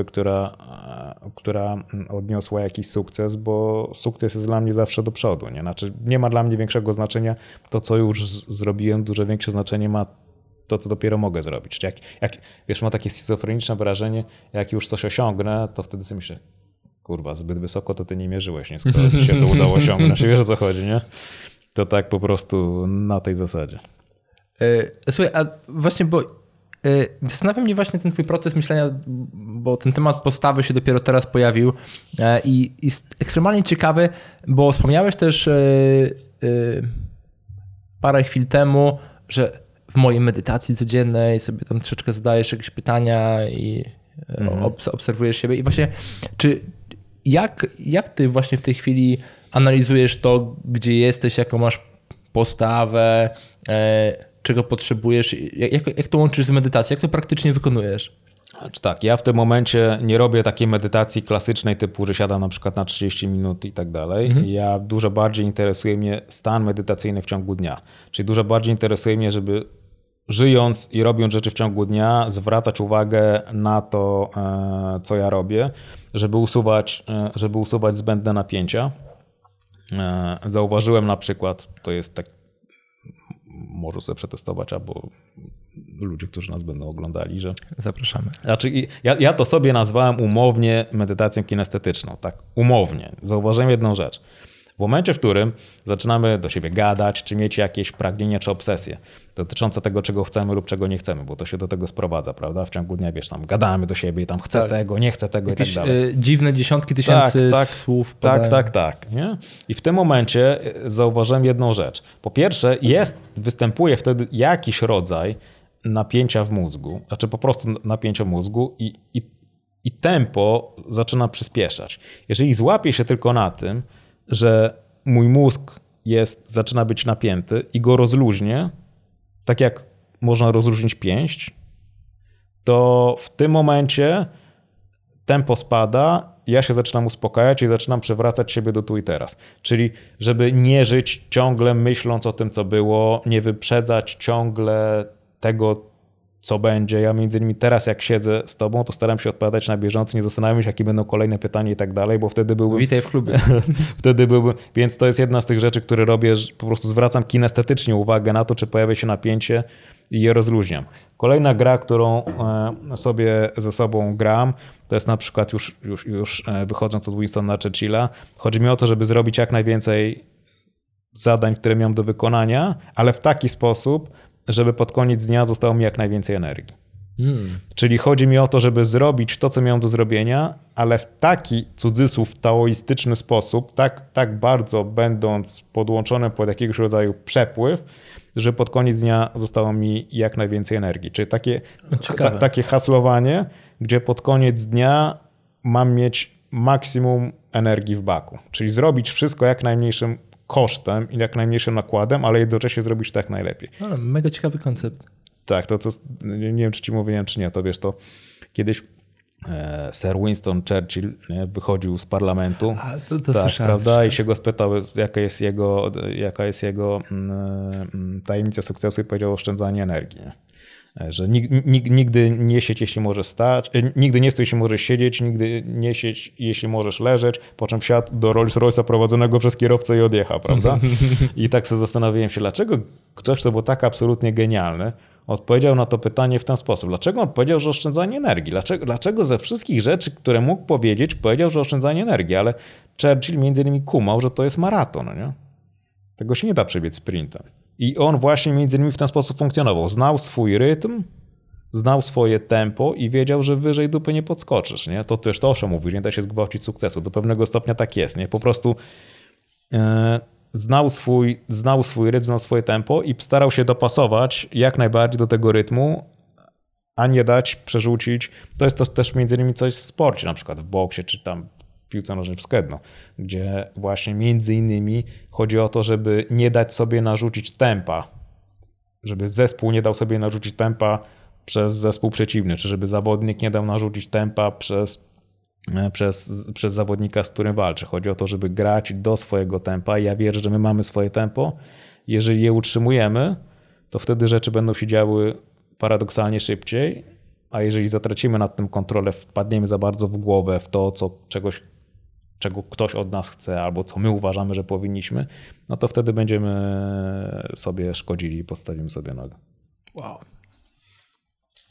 która odniosła jakiś sukces, bo sukces jest dla mnie zawsze do przodu. Nie? Znaczy, nie ma dla mnie większego znaczenia to, co już zrobiłem, dużo większe znaczenie ma to, co dopiero mogę zrobić. Wiesz, mam takie schizofreniczne wrażenie, jak już coś osiągnę, to wtedy sobie myślę, kurwa, zbyt wysoko to ty nie mierzyłeś, nie? Skoro ci się to udało osiągnąć. Wiesz, o co chodzi, nie? To tak po prostu na tej zasadzie. Słuchaj, a właśnie, bo zastanawia mnie właśnie ten twój proces myślenia, bo ten temat postawy się dopiero teraz pojawił i jest ekstremalnie ciekawy, bo wspomniałeś też parę chwil temu, że w mojej medytacji codziennej sobie tam troszeczkę zadajesz jakieś pytania i obserwujesz siebie. I właśnie, jak ty właśnie w tej chwili analizujesz to, gdzie jesteś, jaką masz postawę, czego potrzebujesz, jak to łączysz z medytacją, jak to praktycznie wykonujesz? Znaczy tak, ja w tym momencie nie robię takiej medytacji klasycznej typu, że siadam na przykład na 30 minut i tak dalej. Ja dużo bardziej interesuje mnie stan medytacyjny w ciągu dnia. Czyli dużo bardziej interesuje mnie, żeby żyjąc i robiąc rzeczy w ciągu dnia, zwracać uwagę na to, co ja robię, żeby usuwać zbędne napięcia. Zauważyłem na przykład, to jest tak, może sobie przetestować, albo ludzie, którzy nas będą oglądali, że... Zapraszamy. Znaczy, ja to sobie nazwałem umownie medytacją kinestetyczną, tak umownie. Zauważyłem jedną rzecz. W momencie, w którym zaczynamy do siebie gadać, czy mieć jakieś pragnienie, czy obsesje dotyczące tego, czego chcemy lub czego nie chcemy, bo to się do tego sprowadza, prawda? W ciągu dnia, wiesz, tam gadamy do siebie i tam chcę tego, nie chcę tego jakieś, i tak dalej. Dziwne dziesiątki tysięcy słów. Tak. Nie? I w tym momencie zauważyłem jedną rzecz. Po pierwsze, występuje wtedy jakiś rodzaj napięcia w mózgu, znaczy po prostu napięcia w mózgu i tempo zaczyna przyspieszać. Jeżeli złapię się tylko na tym, że mój mózg zaczyna być napięty i go rozluźnię, tak jak można rozluźnić pięść, to w tym momencie tempo spada, ja się zaczynam uspokajać i zaczynam przewracać siebie do tu i teraz. Czyli żeby nie żyć ciągle myśląc o tym, co było, nie wyprzedzać ciągle tego, co będzie. Ja między innymi teraz, jak siedzę z tobą, to staram się odpowiadać na bieżąco, nie zastanawiam się, jakie będą kolejne pytania i tak dalej, bo wtedy byłbym... Witaj w klubie. Więc to jest jedna z tych rzeczy, które robię, że po prostu zwracam kinestetycznie uwagę na to, czy pojawia się napięcie i je rozluźniam. Kolejna gra, którą sobie ze sobą gram, to jest na przykład już wychodząc od Winstona Churchilla, chodzi mi o to, żeby zrobić jak najwięcej zadań, które miałem do wykonania, ale w taki sposób, żeby pod koniec dnia zostało mi jak najwięcej energii. Czyli chodzi mi o to, żeby zrobić to, co miałem do zrobienia, ale w taki cudzysłów taoistyczny sposób, tak bardzo będąc podłączonym pod jakiegoś rodzaju przepływ, że pod koniec dnia zostało mi jak najwięcej energii. Czyli takie haslowanie, gdzie pod koniec dnia mam mieć maksimum energii w baku. Czyli zrobić wszystko jak najmniejszym kosztem i jak najmniejszym nakładem, ale jednocześnie zrobić tak najlepiej. No, mega ciekawy koncept. Tak, to nie wiem, czy ci mówiłem, czy nie, to wiesz, to kiedyś Sir Winston Churchill wychodził z parlamentu, tak, prawda, i się go spytał, jaka jest jego tajemnica sukcesu i powiedział oszczędzanie energii. Że nigdy nie siedź, jeśli możesz stać, nigdy nie stój, jeśli możesz siedzieć, nigdy nie siedź, jeśli możesz leżeć, po czym wsiadł do Rolls-Royce'a prowadzonego przez kierowcę i odjechał, prawda? I tak sobie zastanawiałem się, dlaczego ktoś, kto był tak absolutnie genialny, odpowiedział na to pytanie w ten sposób. Dlaczego on powiedział, że oszczędzanie energii? Dlaczego ze wszystkich rzeczy, które mógł powiedzieć, powiedział, że oszczędzanie energii? Ale Churchill między innymi kumał, że to jest maraton, nie? Tego się nie da przebiec sprintem. I on właśnie między innymi w ten sposób funkcjonował. Znał swój rytm, znał swoje tempo i wiedział, że wyżej dupy nie podskoczysz. Nie? To też Osho mówił, nie da się zgwałcić sukcesu. Do pewnego stopnia tak jest. Nie? Po prostu znał swój rytm, znał swoje tempo i starał się dopasować jak najbardziej do tego rytmu, a nie dać przerzucić. To jest to też między innymi coś w sporcie, na przykład w boksie czy tam w piłce nożnej w skedno, gdzie właśnie między innymi chodzi o to, żeby nie dać sobie narzucić tempa, żeby zespół nie dał sobie narzucić tempa przez zespół przeciwny, czy żeby zawodnik nie dał narzucić tempa przez zawodnika, z którym walczy. Chodzi o to, żeby grać do swojego tempa. Ja wierzę, że my mamy swoje tempo. Jeżeli je utrzymujemy, to wtedy rzeczy będą się działy paradoksalnie szybciej, a jeżeli zatracimy nad tym kontrolę, wpadniemy za bardzo w głowę w to, czego ktoś od nas chce, albo co my uważamy, że powinniśmy, no to wtedy będziemy sobie szkodzili i podstawimy sobie nogę. Wow.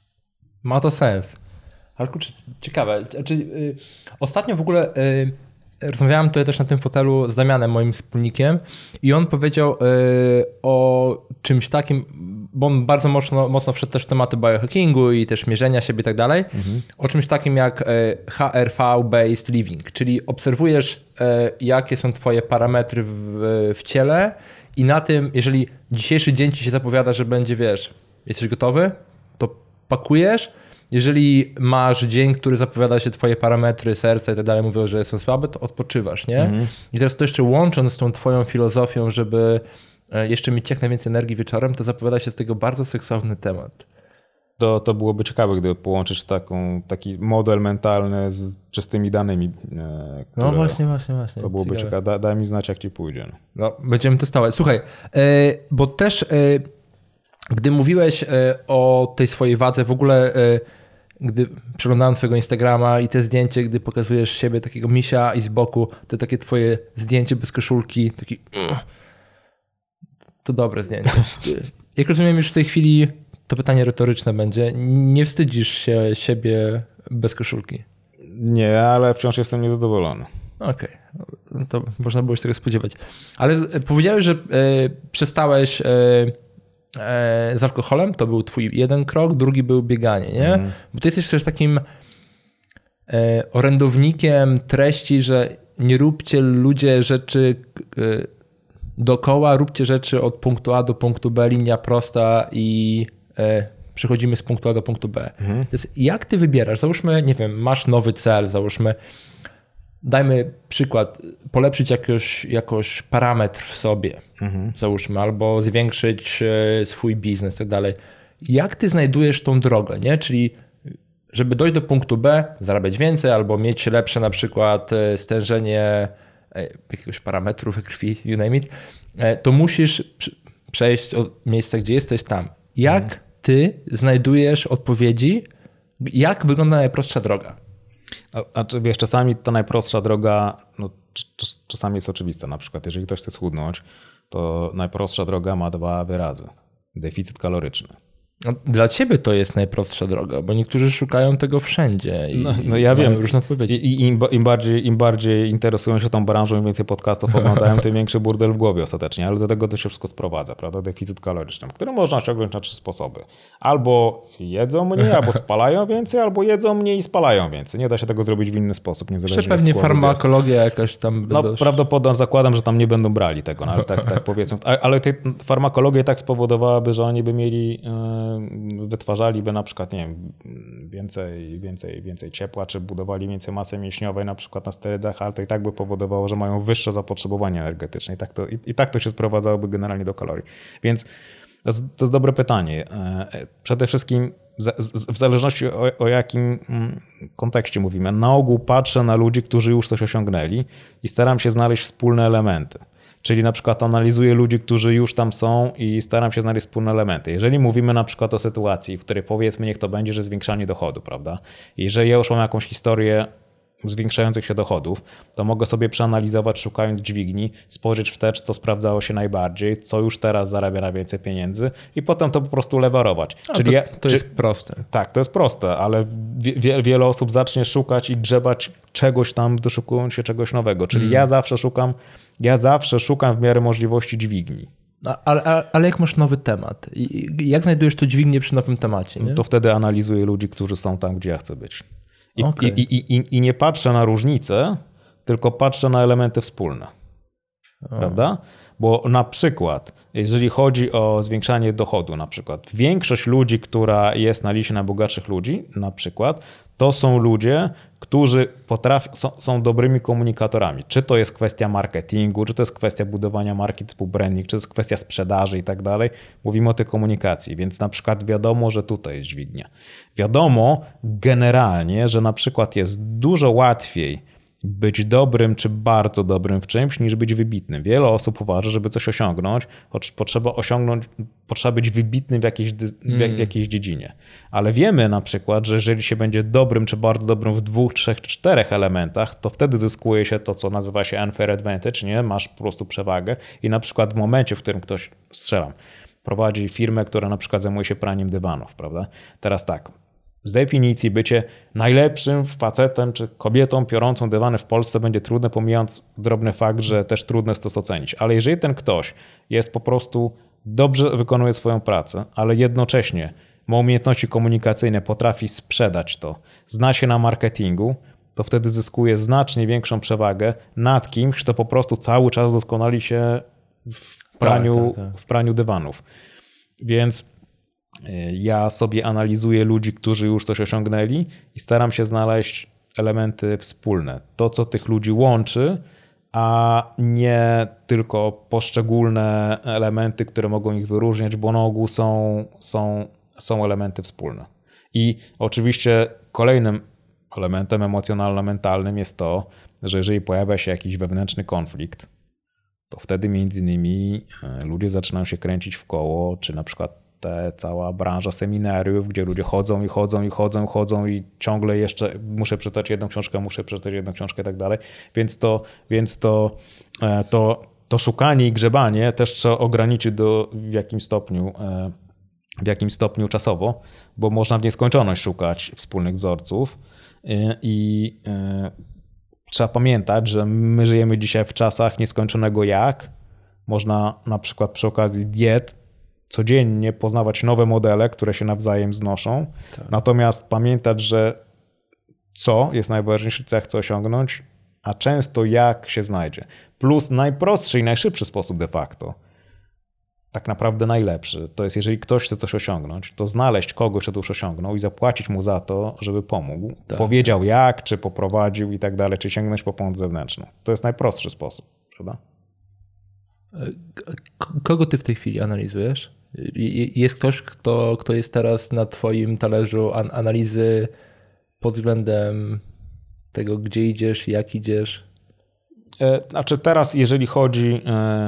Ma to sens. Ale kurczę, ciekawe. Znaczy, ostatnio w ogóle rozmawiałem tutaj też na tym fotelu z Damianem, moim wspólnikiem, i on powiedział o czymś takim, bo on bardzo mocno wszedł też w tematy biohackingu i też mierzenia siebie i tak dalej, o czymś takim jak HRV-based living, czyli obserwujesz, jakie są twoje parametry w ciele i na tym, jeżeli dzisiejszy dzień ci się zapowiada, że będzie, wiesz, jesteś gotowy, to pakujesz. Jeżeli masz dzień, który zapowiada się twoje parametry serca i tak dalej, mówią, że są słabe, to odpoczywasz, nie? I teraz to jeszcze łącząc z tą twoją filozofią, żeby jeszcze mieć jak najwięcej energii wieczorem, to zapowiada się z tego bardzo seksowny temat. To byłoby ciekawe, gdyby połączyć taki model mentalny z czystymi danymi. No właśnie. To byłoby ciekawe. Daj mi znać, jak ci pójdzie. No, będziemy testować. Słuchaj, bo też gdy mówiłeś o tej swojej wadze, w ogóle gdy przeglądałem twojego Instagrama i te zdjęcie, gdy pokazujesz siebie takiego misia i z boku, to takie twoje zdjęcie bez koszulki, taki to dobre zdjęcie. Jak rozumiem, już w tej chwili to pytanie retoryczne będzie. Nie wstydzisz się siebie bez koszulki? Nie, ale wciąż jestem niezadowolony. Okej, no to można było się tego spodziewać. Ale powiedziałeś, że przestałeś z alkoholem, to był twój jeden krok, drugi był bieganie, nie? Bo ty jesteś też takim orędownikiem treści, że nie róbcie ludzie rzeczy dookoła, róbcie rzeczy od punktu A do punktu B, linia prosta i przechodzimy z punktu A do punktu B. To jest, jak ty wybierasz? Załóżmy, nie wiem, masz nowy cel, załóżmy, dajmy przykład, polepszyć jakoś parametr w sobie, załóżmy, albo zwiększyć swój biznes i tak dalej. Jak ty znajdujesz tą drogę, nie? Czyli żeby dojść do punktu B, zarabiać więcej, albo mieć lepsze na przykład stężenie jakiegoś parametru we krwi, you name it, to musisz przejść od miejsca, gdzie jesteś, tam. Jak ty znajdujesz odpowiedzi? Jak wygląda najprostsza droga? A wiesz, czasami ta najprostsza droga, no, czasami jest oczywista. Na przykład, jeżeli ktoś chce schudnąć, to najprostsza droga ma 2 wyrazy. Deficyt kaloryczny. No, dla ciebie to jest najprostsza droga, bo niektórzy szukają tego wszędzie i no ja mają wiem. różne odpowiedzi. I im bardziej interesują się tą branżą, im więcej podcastów oglądają, tym większy burdel w głowie ostatecznie, ale do tego to się wszystko sprowadza, prawda? Deficyt kaloryczny, który można osiągnąć na 3 sposoby. Albo jedzą mniej, albo spalają więcej, albo jedzą mniej i spalają więcej. Nie da się tego zrobić w inny sposób, niezależnie od pewnie składu. farmakologia jakaś tam... No prawdopodobnie zakładam, że tam nie będą brali tego, no, ale tak powiedzmy. Ale farmakologia tak spowodowałaby, że oni by mieli... wytwarzaliby na przykład, nie wiem, więcej ciepła, czy budowali więcej masy mięśniowej na przykład na sterydach, ale to i tak by powodowało, że mają wyższe zapotrzebowanie energetyczne i tak to się sprowadzałoby generalnie do kalorii. Więc to jest dobre pytanie. Przede wszystkim w zależności o jakim kontekście mówimy, na ogół patrzę na ludzi, którzy już coś osiągnęli i staram się znaleźć wspólne elementy. Czyli na przykład analizuję ludzi, którzy już tam są i staram się znaleźć wspólne elementy. Jeżeli mówimy na przykład o sytuacji, w której powiedzmy niech to będzie, że zwiększanie dochodu, prawda? I jeżeli ja już mam jakąś historię zwiększających się dochodów, to mogę sobie przeanalizować, szukając dźwigni, spojrzeć wstecz, co sprawdzało się najbardziej, co już teraz zarabia na więcej pieniędzy i potem to po prostu lewarować. Czyli to jest proste. Tak, to jest proste, ale wiele osób zacznie szukać i grzebać czegoś tam, doszukując się czegoś nowego. Czyli ja zawsze szukam w miarę możliwości dźwigni. Ale jak masz nowy temat? Jak znajdujesz tu dźwignię przy nowym temacie? Nie? To wtedy analizuję ludzi, którzy są tam, gdzie ja chcę być. I nie patrzę na różnice, tylko patrzę na elementy wspólne. Prawda? Bo na przykład, jeżeli chodzi o zwiększanie dochodu, na przykład większość ludzi, która jest na liście najbogatszych ludzi, na przykład, to są ludzie, którzy są dobrymi komunikatorami. Czy to jest kwestia marketingu, czy to jest kwestia budowania marki typu branding, czy to jest kwestia sprzedaży i tak dalej. Mówimy o tej komunikacji, więc na przykład wiadomo, że tutaj jest dźwignia. Wiadomo generalnie, że na przykład jest dużo łatwiej być dobrym czy bardzo dobrym w czymś, niż być wybitnym. Wiele osób uważa, żeby coś osiągnąć, potrzeba być wybitnym w jakiejś dziedzinie. Ale wiemy na przykład, że jeżeli się będzie dobrym czy bardzo dobrym w 2, 3, 4 elementach, to wtedy zyskuje się to, co nazywa się unfair advantage, nie? Masz po prostu przewagę i na przykład w momencie, w którym ktoś, prowadzi firmę, która na przykład zajmuje się praniem dywanów, prawda? Teraz tak, z definicji bycie najlepszym facetem czy kobietą piorącą dywany w Polsce będzie trudne, pomijając drobny fakt, że też trudno jest to ocenić. Ale jeżeli ten ktoś jest po prostu dobrze wykonuje swoją pracę, ale jednocześnie ma umiejętności komunikacyjne, potrafi sprzedać to, zna się na marketingu, to wtedy zyskuje znacznie większą przewagę nad kimś, kto po prostu cały czas doskonali się w praniu dywanów. Więc ja sobie analizuję ludzi, którzy już coś osiągnęli i staram się znaleźć elementy wspólne. To, co tych ludzi łączy, a nie tylko poszczególne elementy, które mogą ich wyróżniać, bo na ogół są elementy wspólne. I oczywiście kolejnym elementem emocjonalno-mentalnym jest to, że jeżeli pojawia się jakiś wewnętrzny konflikt, to wtedy między innymi ludzie zaczynają się kręcić w koło, czy na przykład cała branża seminariów, gdzie ludzie chodzą i ciągle jeszcze muszę przeczytać jedną książkę i tak dalej. Więc to szukanie i grzebanie też trzeba ograniczyć w jakimś stopniu czasowo, bo można w nieskończoność szukać wspólnych wzorców i trzeba pamiętać, że my żyjemy dzisiaj w czasach nieskończonego jak. Można na przykład przy okazji diet codziennie poznawać nowe modele, które się nawzajem znoszą. Tak. Natomiast pamiętać, że co jest najważniejsze, co ja chcę osiągnąć, a często jak się znajdzie. Plus najprostszy i najszybszy sposób de facto, tak naprawdę najlepszy, to jest jeżeli ktoś chce coś osiągnąć, to znaleźć kogoś, kto to już osiągnął i zapłacić mu za to, żeby pomógł. Tak. Powiedział jak, czy poprowadził i tak dalej, czy sięgnąć po pomoc zewnętrzną. To jest najprostszy sposób, prawda? Kogo ty w tej chwili analizujesz? Jest ktoś, kto jest teraz na twoim talerzu analizy pod względem tego, gdzie idziesz, jak idziesz? Znaczy teraz, jeżeli chodzi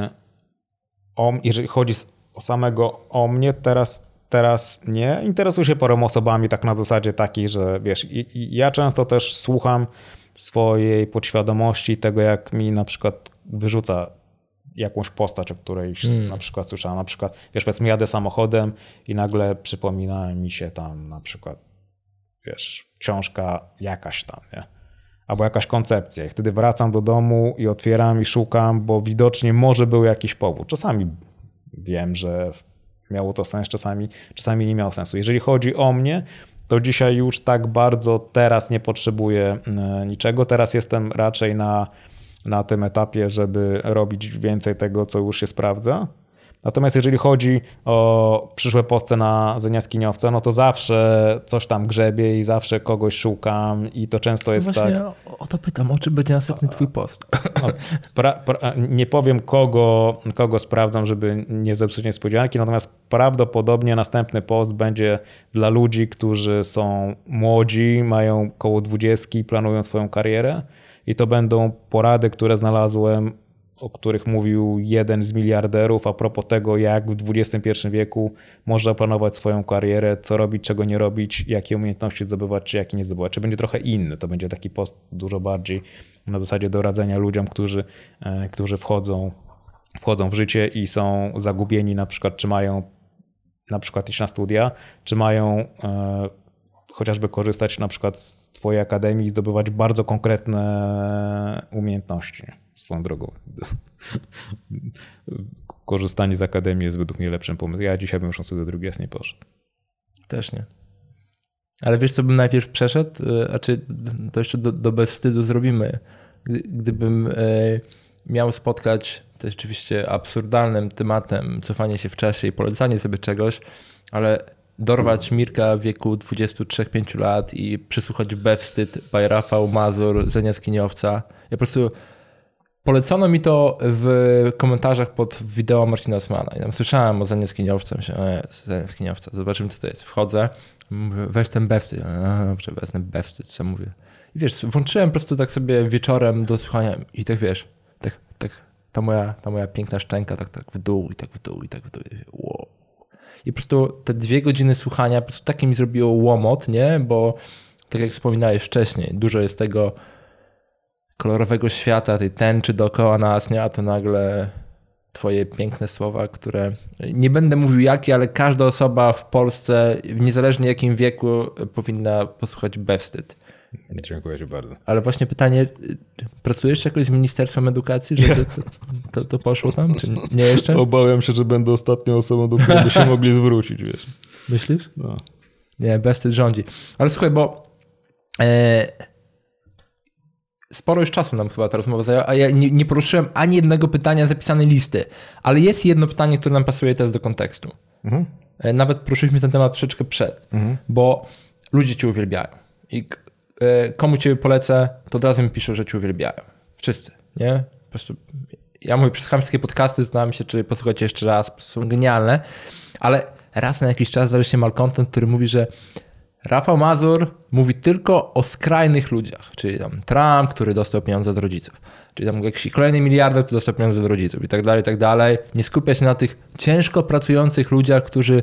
o mnie, teraz nie. Interesuję się paroma osobami tak na zasadzie takiej, że wiesz, ja często też słucham swojej podświadomości tego, jak mi na przykład wyrzuca jakąś postać, o której na przykład słyszałem. Na przykład, wiesz, powiedzmy jadę samochodem i nagle przypomina mi się tam na przykład, wiesz, książka jakaś tam, nie? Albo jakaś koncepcja. I wtedy wracam do domu i otwieram i szukam, bo widocznie może był jakiś powód. Czasami wiem, że miało to sens, czasami nie miało sensu. Jeżeli chodzi o mnie, to dzisiaj już tak bardzo teraz nie potrzebuję niczego. Teraz jestem raczej na tym etapie, żeby robić więcej tego, co już się sprawdza. Natomiast jeżeli chodzi o przyszłe posty na Zen Jaskiniowca, no to zawsze coś tam grzebię i zawsze kogoś szukam i to często jest właśnie tak... O to pytam, o czym będzie następny twój post? No, nie powiem kogo sprawdzam, żeby nie zepsuć niespodzianki, natomiast prawdopodobnie następny post będzie dla ludzi, którzy są młodzi, mają koło 20 i planują swoją karierę i to będą porady, które znalazłem, o których mówił jeden z miliarderów a propos tego, jak w XXI wieku można planować swoją karierę, co robić, czego nie robić, jakie umiejętności zdobywać, czy jakie nie zdobywać. Czy będzie trochę inny, to będzie taki post dużo bardziej na zasadzie doradzenia ludziom, którzy wchodzą w życie i są zagubieni, na przykład czy mają na przykład iść na studia, czy mają chociażby korzystać na przykład z twojej akademii i zdobywać bardzo konkretne umiejętności. Swoją drogą. Korzystanie z akademii jest według mnie lepszym pomysłem. Ja dzisiaj bym już na studia drugi raz nie poszedł. Też nie. Ale wiesz, co bym najpierw przeszedł? To jeszcze do bez wstydu zrobimy. Gdybym miał spotkać, to jest oczywiście absurdalnym tematem, cofanie się w czasie i polecanie sobie czegoś, ale dorwać Mirka w wieku 23-5 lat i przysłuchać Bewstyd by Rafał Mazur, Zen Jaskiniowca. Ja po prostu polecono mi to w komentarzach pod wideo Marcina Osmana. I tam słyszałem o Zen Jaskiniowcu. Myślałem, Zen Jaskiniowca, zobaczymy co to jest. Wchodzę, mówię, weź ten Bewstyd. Dobrze, weź ten Bewstyd, co mówię. I wiesz, włączyłem po prostu tak sobie wieczorem do słuchania i tak wiesz, tak ta moja piękna szczęka tak w dół i tak w dół. Wow. I po prostu te 2 godziny słuchania po prostu takie mi zrobiło łomot, nie? Bo tak jak wspominałeś wcześniej, dużo jest tego kolorowego świata, tej tęczy dookoła nas, nie? A to nagle twoje piękne słowa, które nie będę mówił jakie, ale każda osoba w Polsce, niezależnie jakim wieku, powinna posłuchać Bewstyd. Dziękuję ci bardzo. Ale właśnie pytanie, pracujesz jakoś z Ministerstwem Edukacji, żeby to poszło tam, czy nie jeszcze? Obawiam się, że będę ostatnią osobą, do której by się mogli zwrócić, wiesz. Myślisz? No. Nie, Bewstyd rządzi. Ale słuchaj, bo sporo już czasu nam chyba ta rozmowa zajęła, a ja nie poruszyłem ani jednego pytania zapisanej listy, ale jest jedno pytanie, które nam pasuje teraz do kontekstu. Mhm. Nawet poruszyliśmy ten temat troszeczkę przed, bo ludzie cię uwielbiają i komu cię polecę, to od razu mi piszą, że cię uwielbiają. Wszyscy, nie? Po prostu ja mówię, przesłucham wszystkie podcasty, znam się, czy posłuchajcie jeszcze raz, są genialne, ale raz na jakiś czas zdarzy się malcontent, który mówi, że Rafał Mazur mówi tylko o skrajnych ludziach, czyli tam Trump, który dostał pieniądze od rodziców, czyli tam jakiś kolejny miliarder, który dostał pieniądze od rodziców i tak dalej, i tak dalej. Nie skupia się na tych ciężko pracujących ludziach, którzy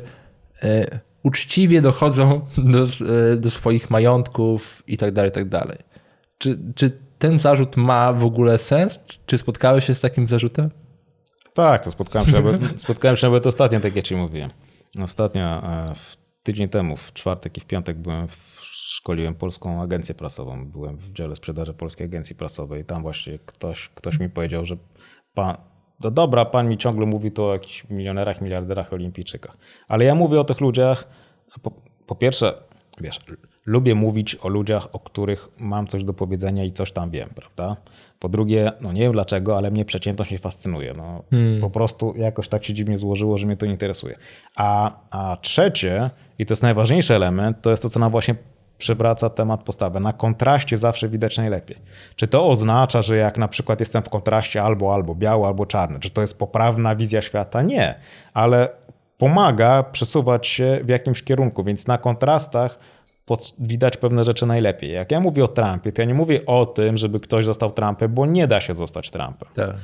uczciwie dochodzą do swoich majątków i tak dalej, i tak dalej. Czy ten zarzut ma w ogóle sens? Czy spotkałeś się z takim zarzutem? Tak, spotkałem się nawet ostatnio, tak jak ci mówiłem. Ostatnio, tydzień temu, w czwartek i w piątek szkoliłem Polską Agencję Prasową. Byłem w dziale sprzedaży Polskiej Agencji Prasowej. Tam właśnie ktoś mi powiedział, że no dobra, pan mi ciągle mówi to o jakichś milionerach, miliarderach, olimpijczykach. Ale ja mówię o tych ludziach, po pierwsze, wiesz, lubię mówić o ludziach, o których mam coś do powiedzenia i coś tam wiem, prawda? Po drugie, no nie wiem dlaczego, ale mnie przeciętność nie fascynuje. No, po prostu jakoś tak się dziwnie złożyło, że mnie to nie interesuje. A trzecie, i to jest najważniejszy element, to jest to, co nam właśnie przywraca temat postawy. Na kontraście zawsze widać najlepiej. Czy to oznacza, że jak na przykład jestem w kontraście albo biały, albo czarny, czy to jest poprawna wizja świata? Nie, ale pomaga przesuwać się w jakimś kierunku, więc na kontrastach widać pewne rzeczy najlepiej. Jak ja mówię o Trumpie, to ja nie mówię o tym, żeby ktoś został Trumpem, bo nie da się zostać Trumpem. Tak.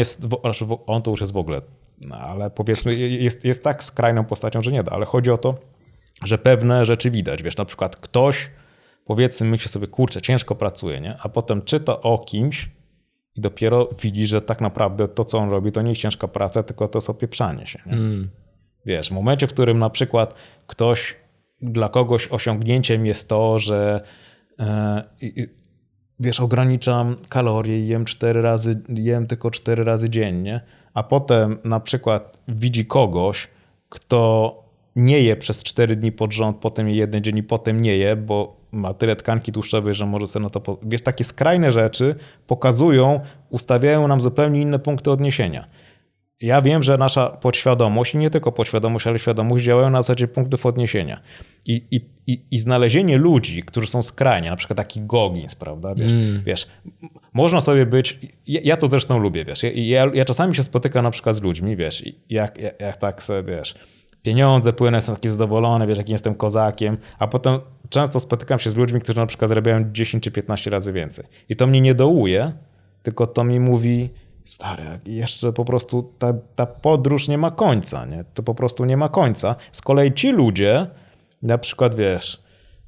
On to już jest w ogóle, no, ale powiedzmy jest tak skrajną postacią, że nie da, ale chodzi o to, że pewne rzeczy widać. Wiesz, na przykład ktoś, powiedzmy, myśli sobie, kurczę, ciężko pracuje, nie? A potem czyta o kimś i dopiero widzi, że tak naprawdę to, co on robi, to nie jest ciężka praca, tylko to jest opieprzanie się. Nie? Wiesz, w momencie, w którym na przykład dla kogoś osiągnięciem jest to, że wiesz, ograniczam kalorie i jem tylko 4 razy dziennie, a potem na przykład widzi kogoś, kto nie je przez 4 dni pod rząd, potem je 1 dzień i potem nie je, bo ma tyle tkanki tłuszczowej, że może sobie na to... Wiesz, takie skrajne rzeczy ustawiają nam zupełnie inne punkty odniesienia. Ja wiem, że nasza podświadomość i nie tylko podświadomość, ale świadomość działają na zasadzie punktów odniesienia. I znalezienie ludzi, którzy są skrajnie, na przykład taki Goggins, prawda? Wiesz, można sobie być... Ja to zresztą lubię, wiesz. Ja czasami się spotykam na przykład z ludźmi, wiesz, jak tak sobie, wiesz... Pieniądze płynę, są takie zadowolone, wiesz, jakim jestem kozakiem, a potem często spotykam się z ludźmi, którzy na przykład zarabiają 10 czy 15 razy więcej. I to mnie nie dołuje, tylko to mi mówi, stary, jeszcze po prostu ta podróż nie ma końca, nie? To po prostu nie ma końca. Z kolei ci ludzie, na przykład, wiesz,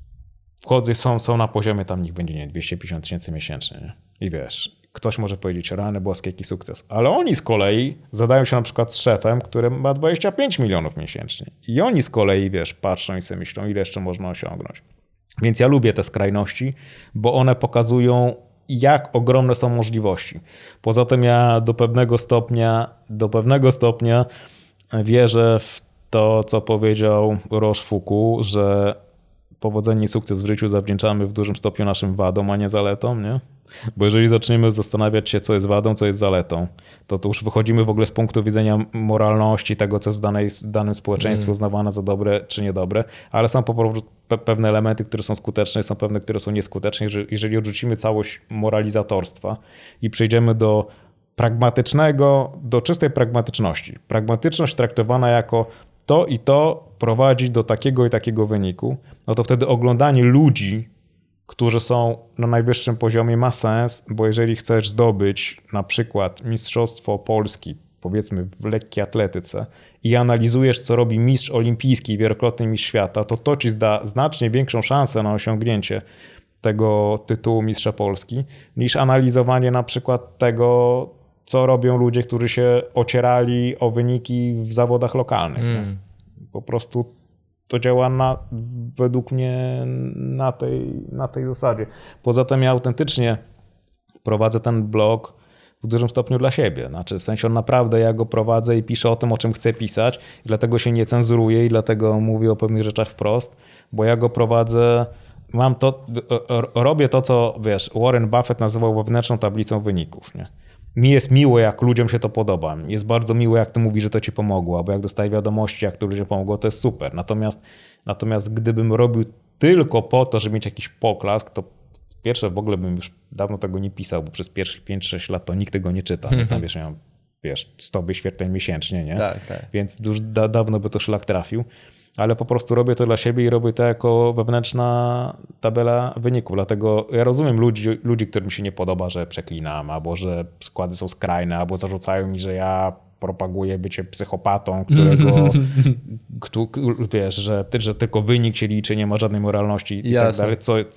są na poziomie, tam niech będzie, nie, 250 tysięcy miesięcznie, nie? I wiesz, ktoś może powiedzieć, rany boskie, jaki sukces. Ale oni z kolei zadają się na przykład z szefem, który ma 25 milionów miesięcznie. I oni z kolei, wiesz, patrzą i sobie myślą, ile jeszcze można osiągnąć. Więc ja lubię te skrajności, bo one pokazują, jak ogromne są możliwości. Poza tym ja do pewnego stopnia wierzę w to, co powiedział Rochefoucauld, że powodzenie i sukces w życiu zawdzięczamy w dużym stopniu naszym wadom, a nie zaletom, nie? Bo jeżeli zaczniemy zastanawiać się, co jest wadą, co jest zaletą, to już wychodzimy w ogóle z punktu widzenia moralności, tego, co jest w danym społeczeństwie uznawane za dobre czy niedobre, ale są po prostu pewne elementy, które są skuteczne, są pewne, które są nieskuteczne. Jeżeli odrzucimy całość moralizatorstwa i przejdziemy do czystej pragmatyczności. Pragmatyczność traktowana jako to i to prowadzi do takiego i takiego wyniku, no to wtedy oglądanie ludzi, którzy są na najwyższym poziomie, ma sens, bo jeżeli chcesz zdobyć na przykład Mistrzostwo Polski, powiedzmy w lekkiej atletyce, i analizujesz, co robi mistrz olimpijski i wielokrotny mistrz świata, to ci da znacznie większą szansę na osiągnięcie tego tytułu mistrza Polski, niż analizowanie na przykład tego, co robią ludzie, którzy się ocierali o wyniki w zawodach lokalnych. Nie? Po prostu to działa według mnie na tej zasadzie. Poza tym ja autentycznie prowadzę ten blog w dużym stopniu dla siebie. Znaczy, w sensie on naprawdę, ja go prowadzę i piszę o tym, o czym chcę pisać i dlatego się nie cenzuruję i dlatego mówię o pewnych rzeczach wprost, bo ja go prowadzę, robię to, co wiesz, Warren Buffett nazywał wewnętrzną tablicą wyników. Nie? Mi jest miło, jak ludziom się to podoba. Jest bardzo miło, jak ty mówisz, że to ci pomogło, albo jak dostaję wiadomości, jak to ludziom pomogło, to jest super. Natomiast gdybym robił tylko po to, żeby mieć jakiś poklask, to pierwsze w ogóle bym już dawno tego nie pisał, bo przez pierwszych 5-6 lat to nikt tego nie czyta. Tam miałem 100 wyświetleń miesięcznie, nie? Tak. Więc już dawno by to szlak trafił. Ale po prostu robię to dla siebie i robię to jako wewnętrzna tabela wyników. Dlatego ja rozumiem ludzi, którym się nie podoba, że przeklinam, albo że składy są skrajne, albo zarzucają mi, że ja propaguję bycie psychopatą, wiesz, że tylko wynik się liczy, nie ma żadnej moralności i tak dalej,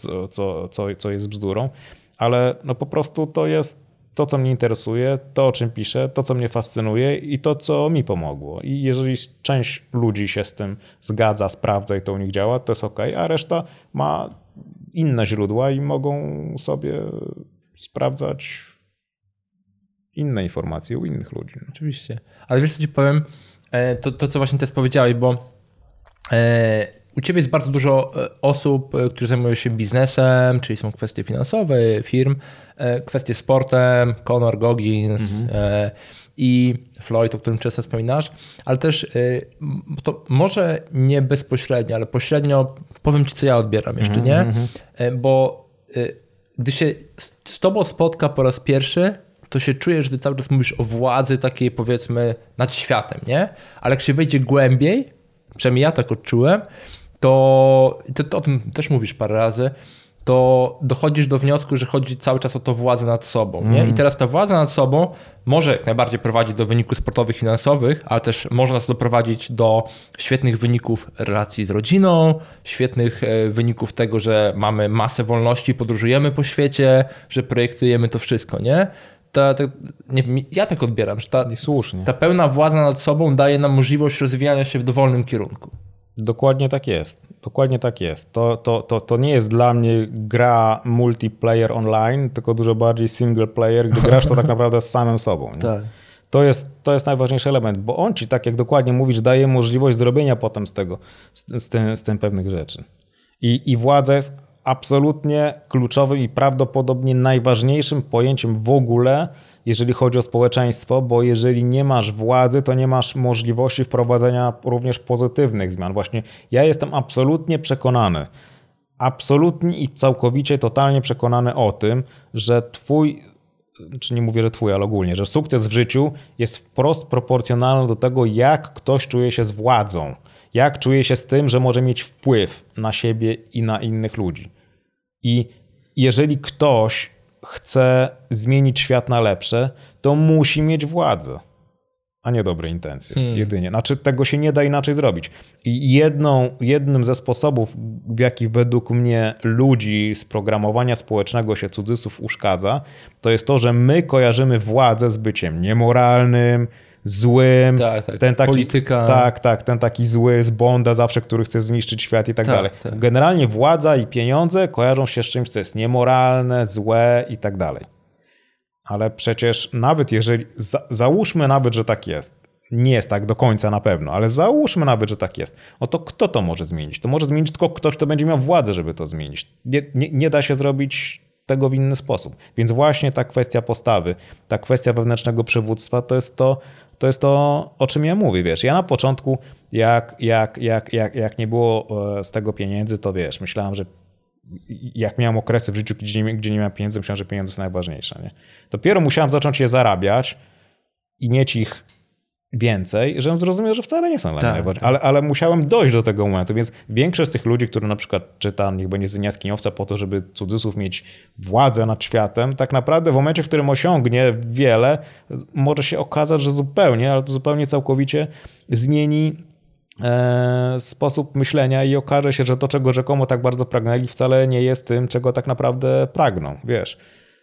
co jest bzdurą. Ale no po prostu to jest to, co mnie interesuje, to, o czym piszę, to, co mnie fascynuje i to, co mi pomogło. I jeżeli część ludzi się z tym zgadza, sprawdza i to u nich działa, to jest okej, a reszta ma inne źródła i mogą sobie sprawdzać inne informacje u innych ludzi. Oczywiście. Ale wiesz, co ci powiem? To co właśnie teraz powiedziałeś, bo u ciebie jest bardzo dużo osób, które zajmują się biznesem, czyli są kwestie finansowe, firm, kwestie sportem, Conor, Goggins i Floyd, o którym często wspominasz, ale też to może nie bezpośrednio, ale pośrednio powiem ci, co ja odbieram jeszcze, nie? Bo gdy się z tobą spotka po raz pierwszy, to się czuje, że ty cały czas mówisz o władzy takiej, powiedzmy, nad światem, nie? Ale jak się wejdzie głębiej, przynajmniej ja tak odczułem, to o tym też mówisz parę razy, to dochodzisz do wniosku, że chodzi cały czas o to władzę nad sobą. Nie? I teraz ta władza nad sobą może jak najbardziej prowadzić do wyników sportowych, finansowych, ale też może nas doprowadzić do świetnych wyników relacji z rodziną, świetnych wyników tego, że mamy masę wolności, podróżujemy po świecie, że projektujemy to wszystko. Nie? Ja tak odbieram, że ta pełna władza nad sobą daje nam możliwość rozwijania się w dowolnym kierunku. Dokładnie tak jest. Dokładnie tak jest. To nie jest dla mnie gra multiplayer online, tylko dużo bardziej single player, gdy grasz to tak naprawdę z samym sobą. Nie? Tak. To jest najważniejszy element, bo on ci, tak jak dokładnie mówisz, daje możliwość zrobienia potem z tym pewnych rzeczy. I władza jest absolutnie kluczowym i prawdopodobnie najważniejszym pojęciem w ogóle, jeżeli chodzi o społeczeństwo, bo jeżeli nie masz władzy, to nie masz możliwości wprowadzenia również pozytywnych zmian. Właśnie ja jestem absolutnie i całkowicie, totalnie przekonany o tym, że czy nie mówię, że twój, ale ogólnie, że sukces w życiu jest wprost proporcjonalny do tego, jak ktoś czuje się z władzą, jak czuje się z tym, że może mieć wpływ na siebie i na innych ludzi. I jeżeli ktoś chce zmienić świat na lepsze, to musi mieć władzę, a nie dobre intencje. Jedynie. Znaczy tego się nie da inaczej zrobić. I jednym ze sposobów, w jaki według mnie ludzi z programowania społecznego się cudzysłów uszkadza, to jest to, że my kojarzymy władzę z byciem niemoralnym, złym, ten taki, polityka. Ten taki zły z Bonda zawsze, który chce zniszczyć świat i tak dalej. Tak. Generalnie władza i pieniądze kojarzą się z czymś, co jest niemoralne, złe i tak dalej. Ale przecież nawet jeżeli, załóżmy nawet, że tak jest, nie jest tak do końca na pewno, ale załóżmy nawet, że tak jest, no to kto to może zmienić? To może zmienić tylko ktoś, kto będzie miał władzę, żeby to zmienić. Nie da się zrobić tego w inny sposób. Więc właśnie ta kwestia postawy, ta kwestia wewnętrznego przywództwa, to jest to, o czym ja mówię, wiesz. Ja na początku, jak nie było z tego pieniędzy, to wiesz, myślałem, że jak miałem okresy w życiu, gdzie nie miałem pieniędzy, myślałem, że pieniądze są najważniejsze. Nie? Dopiero musiałem zacząć je zarabiać i mieć ich więcej, żebym zrozumiał, że wcale nie są najważniejsze. Ale musiałem dojść do tego momentu, więc większość z tych ludzi, które na przykład czytam, niech będzie z jaskiniowca po to, żeby cudzysłów mieć władzę nad światem, tak naprawdę w momencie, w którym osiągnie wiele, może się okazać, że zupełnie, ale to zupełnie całkowicie zmieni sposób myślenia i okaże się, że to, czego rzekomo tak bardzo pragnęli, wcale nie jest tym, czego tak naprawdę pragną, wiesz.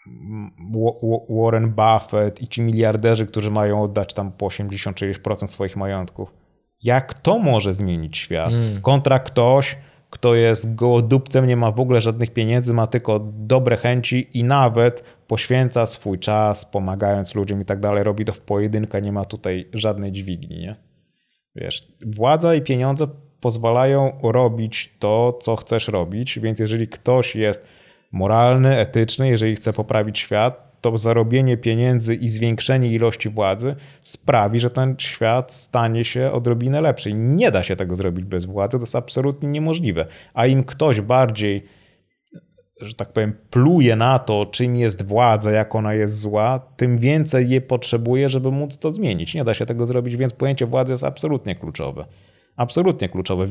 Warren Buffett i ci miliarderzy, którzy mają oddać tam po 80-30% swoich majątków. Jak to może zmienić świat? Kontra ktoś, kto jest gołodupcem, nie ma w ogóle żadnych pieniędzy, ma tylko dobre chęci i nawet poświęca swój czas, pomagając ludziom i tak dalej, robi to w pojedynkę, nie ma tutaj żadnej dźwigni, nie? Wiesz, władza i pieniądze pozwalają robić to, co chcesz robić, więc jeżeli ktoś jest moralny, etyczny, jeżeli chce poprawić świat, to zarobienie pieniędzy i zwiększenie ilości władzy sprawi, że ten świat stanie się odrobinę lepszy. I nie da się tego zrobić bez władzy, to jest absolutnie niemożliwe. A im ktoś bardziej, że tak powiem, pluje na to, czym jest władza, jak ona jest zła, tym więcej jej potrzebuje, żeby móc to zmienić. Nie da się tego zrobić, więc pojęcie władzy jest absolutnie kluczowe. Absolutnie kluczowe.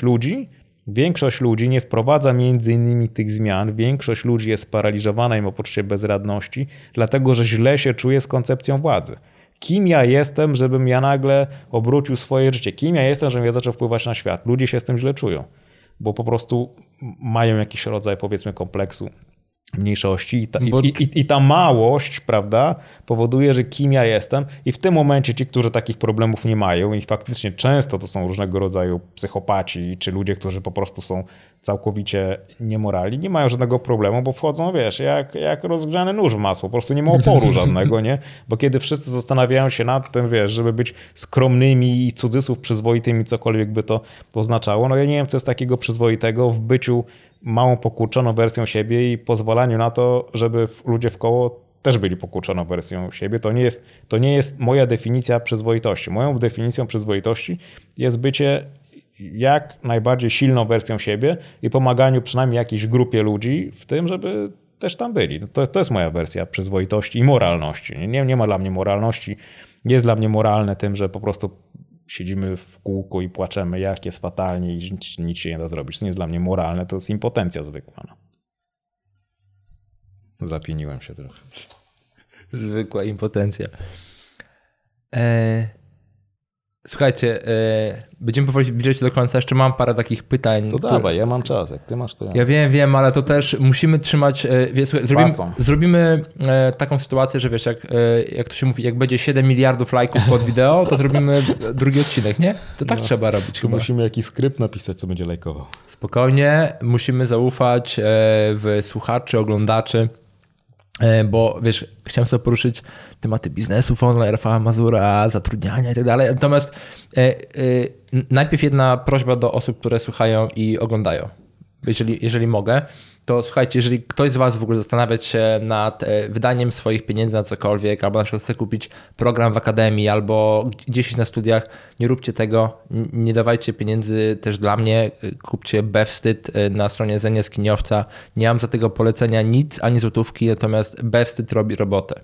Większość ludzi nie wprowadza między innymi tych zmian. Większość ludzi jest sparaliżowana i ma poczucie bezradności, dlatego że źle się czuje z koncepcją władzy. Kim ja jestem, żebym ja nagle obrócił swoje życie? Kim ja jestem, żebym ja zaczął wpływać na świat? Ludzie się z tym źle czują, bo po prostu mają jakiś rodzaj, powiedzmy, kompleksu mniejszości i ta małość, prawda, powoduje, że kim ja jestem i w tym momencie ci, którzy takich problemów nie mają i faktycznie często to są różnego rodzaju psychopaci czy ludzie, którzy po prostu są całkowicie niemoralni, nie mają żadnego problemu, bo wchodzą, wiesz, jak rozgrzany nóż w masło, po prostu nie ma oporu żadnego, nie? Bo kiedy wszyscy zastanawiają się nad tym, wiesz, żeby być skromnymi i cudzysłów przyzwoitymi, cokolwiek by to oznaczało, no ja nie wiem, co jest takiego przyzwoitego w byciu małą pokurczoną wersją siebie i pozwalaniu na to, żeby ludzie wkoło też byli pokurczoną wersją siebie. To nie jest moja definicja przyzwoitości. Moją definicją przyzwoitości jest bycie jak najbardziej silną wersją siebie i pomaganiu przynajmniej jakiejś grupie ludzi w tym, żeby też tam byli. To jest moja wersja przyzwoitości i moralności. Nie ma dla mnie moralności. Nie jest dla mnie moralne tym, że po prostu siedzimy w kółku i płaczemy, jak jest fatalnie i nic się nie da zrobić. To nie jest dla mnie moralne, to jest impotencja zwykła. No. Zapieniłem się trochę. Zwykła impotencja. Słuchajcie, będziemy powoli zbliżać się do końca. Jeszcze mam parę takich pytań. To dawaj, ja mam czas. Jak ty masz, to ja. Ja wiem, ale to też musimy trzymać... Zrobimy taką sytuację, że wiesz, jak to się mówi, jak będzie 7 miliardów lajków pod wideo, to zrobimy drugi odcinek, nie? To tak trzeba robić. Tu musimy jakiś skrypt napisać, co będzie lajkował. Spokojnie, musimy zaufać w słuchaczy, oglądaczy. Bo wiesz, chciałem sobie poruszyć tematy biznesów online, Rafała Mazura, zatrudniania i tak dalej. Natomiast najpierw jedna prośba do osób, które słuchają i oglądają. Jeżeli mogę, to słuchajcie, jeżeli ktoś z was w ogóle zastanawia się nad wydaniem swoich pieniędzy na cokolwiek, albo na przykład chce kupić program w akademii, albo gdzieś na studiach, nie róbcie tego, nie dawajcie pieniędzy też dla mnie, kupcie Bewstyd na stronie Zenia Skiniowca. Nie mam za tego polecenia nic, ani złotówki, natomiast Bewstyd robi robotę,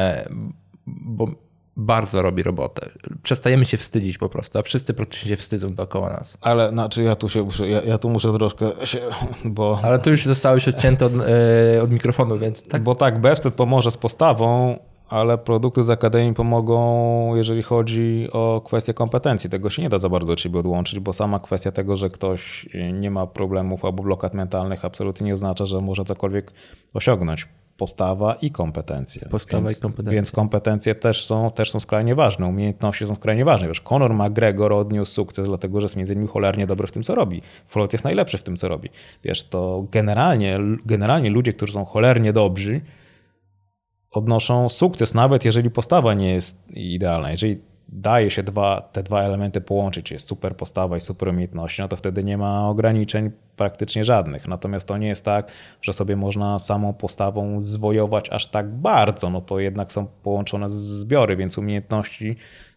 bo bardzo robi robotę. Przestajemy się wstydzić po prostu, a wszyscy praktycznie się wstydzą dookoła nas. Ale znaczy ja tu muszę troszkę się, bo... Ale tu już zostałeś odcięty od mikrofonu, więc tak. Bo tak, Bewstyd pomoże z postawą, ale produkty z Akademii pomogą, jeżeli chodzi o kwestię kompetencji. Tego się nie da za bardzo od siebie odłączyć, bo sama kwestia tego, że ktoś nie ma problemów albo blokad mentalnych, absolutnie nie oznacza, że może cokolwiek osiągnąć. Postawa i kompetencje. Więc kompetencje też są skrajnie ważne. Umiejętności są skrajnie ważne. Wiesz, Conor McGregor odniósł sukces, dlatego że jest między innymi cholernie dobry w tym, co robi. Floyd jest najlepszy w tym, co robi. Wiesz, to generalnie ludzie, którzy są cholernie dobrzy, odnoszą sukces, nawet jeżeli postawa nie jest idealna. Jeżeli daje się te dwa elementy połączyć, jest super postawa i super umiejętności, no to wtedy nie ma ograniczeń praktycznie żadnych. Natomiast to nie jest tak, że sobie można samą postawą zwojować aż tak bardzo, no to jednak są połączone zbiory, więc umiejętności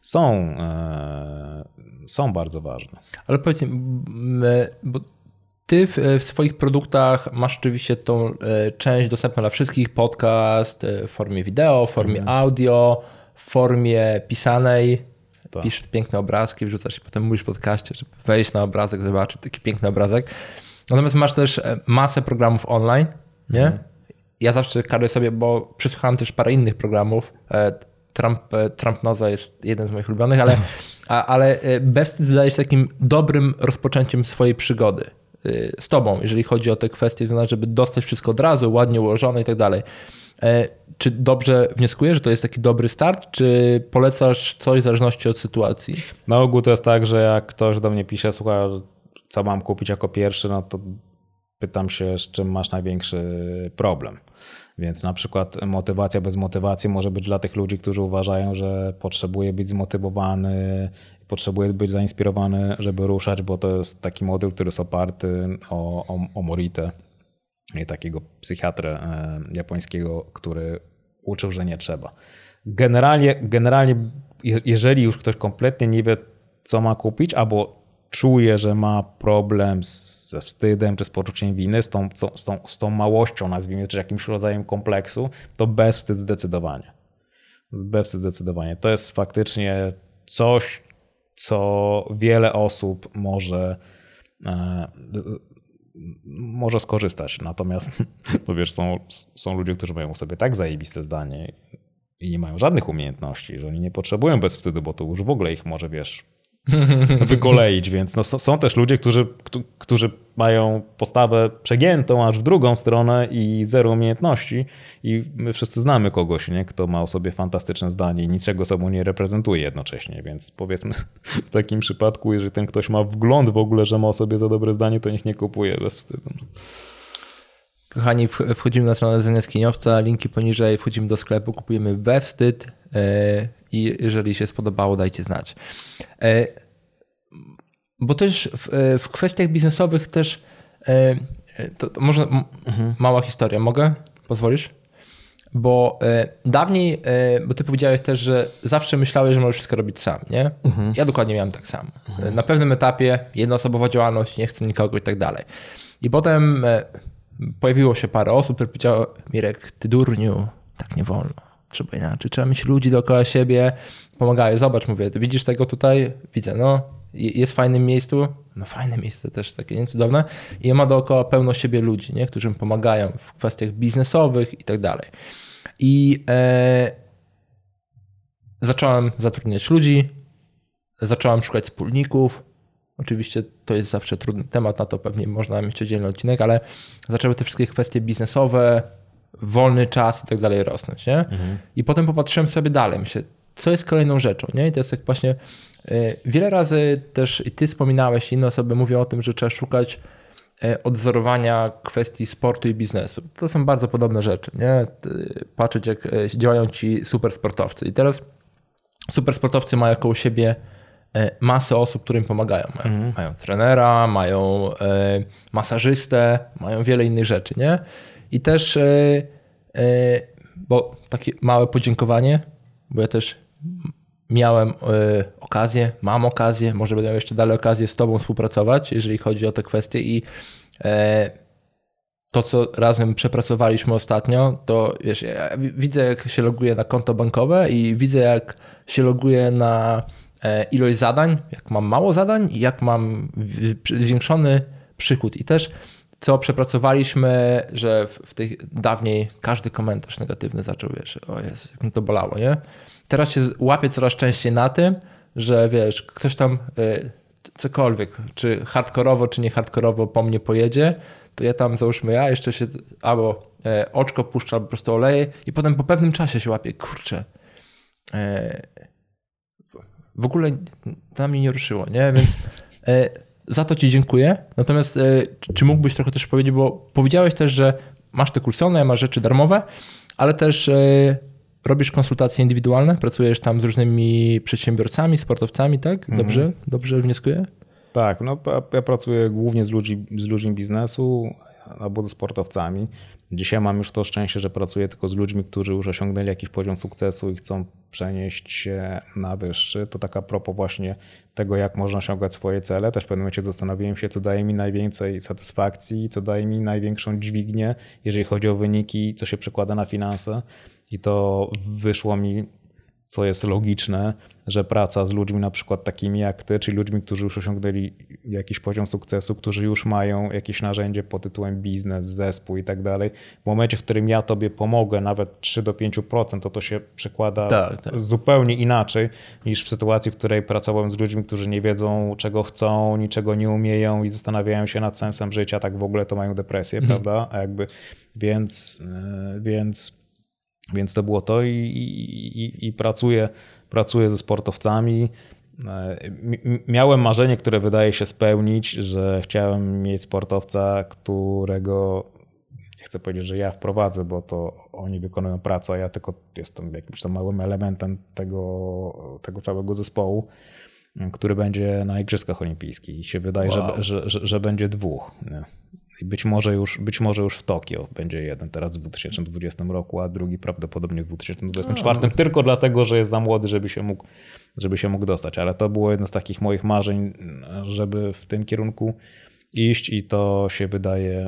są bardzo ważne. Ale powiedz mi, bo ty w swoich produktach masz oczywiście tą część dostępną dla wszystkich, podcast w formie wideo, w formie audio, w formie pisanej. Tak. Piszesz piękne obrazki, wrzucasz i potem mówisz w podcaście, żeby wejść na obrazek, zobaczyć taki piękny obrazek. Natomiast masz też masę programów online, nie? Ja zawsze karuję sobie, bo przesłuchałem też parę innych programów. Trumpnoza jest jeden z moich ulubionych, ale Bewstyd wydaje się takim dobrym rozpoczęciem swojej przygody z tobą, jeżeli chodzi o te kwestie związane, żeby dostać wszystko od razu, ładnie ułożone i tak dalej. Czy dobrze wnioskuję, że to jest taki dobry start, czy polecasz coś w zależności od sytuacji? Na ogół to jest tak, że jak ktoś do mnie pisze, słuchaj, co mam kupić jako pierwszy, no to pytam się, z czym masz największy problem. Więc na przykład motywacja bez motywacji może być dla tych ludzi, którzy uważają, że potrzebuje być zmotywowany, potrzebuje być zainspirowany, żeby ruszać, bo to jest taki model, który jest oparty o Morite, takiego psychiatrę japońskiego, który uczył, że nie trzeba. Generalnie, jeżeli już ktoś kompletnie nie wie, co ma kupić, albo czuje, że ma problem ze wstydem czy z poczuciem winy, z tą małością, nazwijmy, czy jakimś rodzajem kompleksu, to bezwstyd zdecydowanie. Bezwstyd zdecydowanie. To jest faktycznie coś, co wiele osób może skorzystać. Natomiast no wiesz, są ludzie, którzy mają sobie tak zajebiste zdanie i nie mają żadnych umiejętności, że oni nie potrzebują bezwstydu, bo to już w ogóle ich może, wiesz, wykoleić, więc no, są też ludzie, którzy mają postawę przegiętą aż w drugą stronę i zero umiejętności i my wszyscy znamy kogoś, nie, kto ma o sobie fantastyczne zdanie i niczego sobą nie reprezentuje jednocześnie, więc powiedzmy w takim przypadku, jeżeli ten ktoś ma wgląd w ogóle, że ma o sobie za dobre zdanie, to niech nie kupuje bez wstydu. Kochani, wchodzimy na stronę Zen Jaskiniowca, linki poniżej, wchodzimy do sklepu, kupujemy wstyd i jeżeli się spodobało, dajcie znać. Bo też w kwestiach biznesowych też to może mała historia, mogę? Pozwolisz? Bo dawniej, bo ty powiedziałeś też, że zawsze myślałeś, że możesz wszystko robić sam, nie? Ja dokładnie miałem tak samo. Na pewnym etapie jednoosobowa działalność, nie chcę nikogo i tak dalej. I potem pojawiło się parę osób, które powiedziały: Mirek, ty durniu, tak nie wolno, trzeba inaczej, trzeba mieć ludzi dookoła siebie, pomagają. Zobacz, mówię, ty widzisz tego tutaj? Widzę, no. Jest w fajnym miejscu, no fajne miejsce też takie nie cudowne i ma dookoła pełno siebie ludzi, nie? Którzy mi pomagają w kwestiach biznesowych i tak dalej. I zacząłem zatrudniać ludzi, zacząłem szukać wspólników. Oczywiście to jest zawsze trudny temat, na to pewnie można mieć oddzielny odcinek, ale zaczęły te wszystkie kwestie biznesowe, wolny czas i tak dalej rosnąć, nie? I potem popatrzyłem sobie dalej, myślę, co jest kolejną rzeczą, nie? I to jest jak właśnie wiele razy też i ty wspominałeś, inne osoby mówią o tym, że trzeba szukać odzorowania kwestii sportu i biznesu. To są bardzo podobne rzeczy, nie? Patrzeć, jak działają ci supersportowcy. I teraz supersportowcy mają koło siebie masę osób, które im pomagają. Mają trenera, mają masażystę, mają wiele innych rzeczy, nie? I też, bo takie małe podziękowanie, bo ja też miałem okazję, mam okazję, może będę miał jeszcze dalej okazję z tobą współpracować, jeżeli chodzi o te kwestie i to, co razem przepracowaliśmy ostatnio, to wiesz, ja widzę, jak się loguję na konto bankowe i widzę, jak się loguję na ilość zadań, jak mam mało zadań i jak mam zwiększony przychód. I też co przepracowaliśmy, że w tych dawniej każdy komentarz negatywny zaczął, wiesz, o Jezu, jak mi to bolało, nie? Teraz się łapię coraz częściej na tym, że wiesz, ktoś tam cokolwiek, czy hardkorowo, czy nie hardkorowo po mnie pojedzie, to ja tam załóżmy jeszcze się albo oczko puszczę, albo po prostu oleję i potem po pewnym czasie się łapię, kurczę, w ogóle to mnie nie ruszyło, nie? Więc za to ci dziękuję. Natomiast czy mógłbyś trochę też powiedzieć, bo powiedziałeś też, że masz te kursony, masz rzeczy darmowe, ale też robisz konsultacje indywidualne, pracujesz tam z różnymi przedsiębiorcami, sportowcami, tak? Dobrze wnioskuję? Tak, no ja pracuję głównie z ludźmi biznesu albo ze sportowcami. Dzisiaj mam już to szczęście, że pracuję tylko z ludźmi, którzy już osiągnęli jakiś poziom sukcesu i chcą przenieść się na wyższy. To tak a propos właśnie tego, jak można osiągać swoje cele. Też w pewnym momencie zastanowiłem się, co daje mi najwięcej satysfakcji, co daje mi największą dźwignię, jeżeli chodzi o wyniki, co się przekłada na finanse. I to wyszło mi, co jest logiczne, że praca z ludźmi na przykład takimi jak ty, czyli ludźmi, którzy już osiągnęli jakiś poziom sukcesu, którzy już mają jakieś narzędzie pod tytułem biznes, zespół i tak dalej. W momencie, w którym ja tobie pomogę, nawet 3-5%, to się przekłada zupełnie inaczej niż w sytuacji, w której pracowałem z ludźmi, którzy nie wiedzą, czego chcą, niczego nie umieją i zastanawiają się nad sensem życia, tak w ogóle to mają depresję, prawda? A więc Więc to było to i pracuję ze sportowcami. Miałem marzenie, które wydaje się spełnić, że chciałem mieć sportowca, którego, nie chcę powiedzieć, że ja wprowadzę, bo to oni wykonują pracę, a ja tylko jestem jakimś tam małym elementem tego całego zespołu, który będzie na Igrzyskach Olimpijskich. I się wydaje, że będzie dwóch. Nie? I być może już w Tokio będzie jeden teraz w 2020 roku, a drugi prawdopodobnie w 2024, tylko dlatego, że jest za młody, żeby się mógł dostać. Ale to było jedno z takich moich marzeń, żeby w tym kierunku iść i to się wydaje,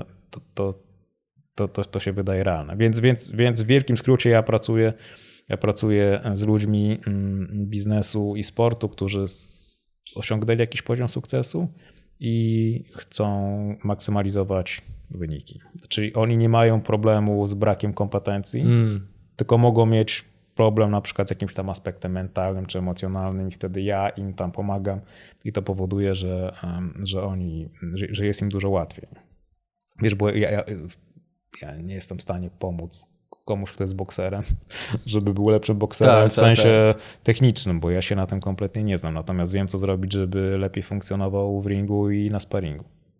to się wydaje realne. Więc w wielkim skrócie ja pracuję z ludźmi biznesu i sportu, którzy osiągnęli jakiś poziom sukcesu i chcą maksymalizować wyniki. Czyli oni nie mają problemu z brakiem kompetencji, tylko mogą mieć problem na przykład z jakimś tam aspektem mentalnym czy emocjonalnym i wtedy ja im tam pomagam i to powoduje, że jest im dużo łatwiej. Wiesz, bo ja nie jestem w stanie pomóc komuś, kto jest bokserem, żeby był lepszym bokserem w sensie technicznym, bo ja się na tym kompletnie nie znam. Natomiast wiem, co zrobić, żeby lepiej funkcjonował w ringu i na sparingu.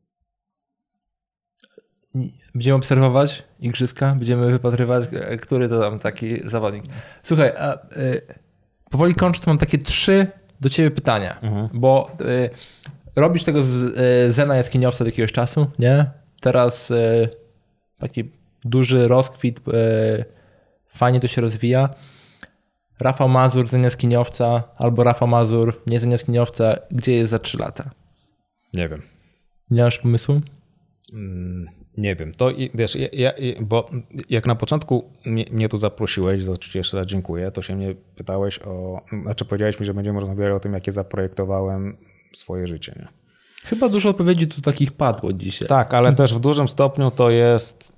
Będziemy obserwować igrzyska, będziemy wypatrywać, który to tam taki zawodnik. Słuchaj, powoli kończąc, mam takie 3 do ciebie pytania, bo robisz tego Zena jaskiniowca od jakiegoś czasu, nie? Teraz taki duży rozkwit, fajnie to się rozwija. Rafał Mazur, Zen jaskiniowca, albo Rafał Mazur, nie Zen jaskiniowca, gdzie jest za 3 lata? Nie wiem. Nie masz pomysłu? Nie wiem. To wiesz, bo jak na początku mnie tu zaprosiłeś, za co ci jeszcze raz dziękuję, to się mnie pytałeś powiedziałeś mi, że będziemy rozmawiali o tym, jakie zaprojektowałem swoje życie. Nie? Chyba dużo odpowiedzi tu takich padło dzisiaj. Tak, ale też w dużym stopniu to jest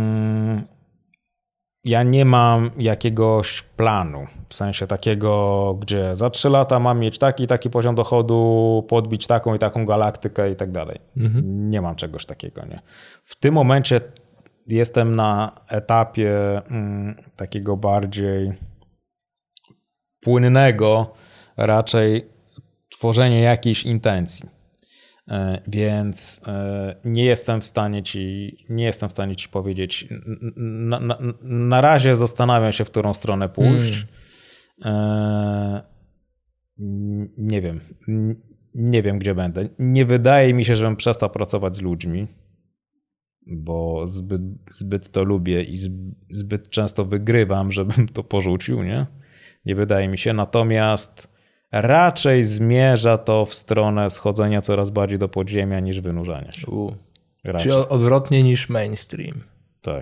ja nie mam jakiegoś planu, w sensie takiego, gdzie za 3 lata mam mieć taki poziom dochodu, podbić taką i taką galaktykę i tak dalej. Nie mam czegoś takiego. Nie. W tym momencie jestem na etapie takiego bardziej płynnego, raczej tworzenia jakiejś intencji. Więc nie jestem w stanie ci powiedzieć. Na razie zastanawiam się, w którą stronę pójść. Nie wiem, gdzie będę. Nie wydaje mi się, żebym przestał pracować z ludźmi, bo zbyt to lubię i zbyt często wygrywam, żebym to porzucił. Nie wydaje mi się. Natomiast raczej zmierza to w stronę schodzenia coraz bardziej do podziemia niż wynurzania się. Czyli odwrotnie niż mainstream. Tak.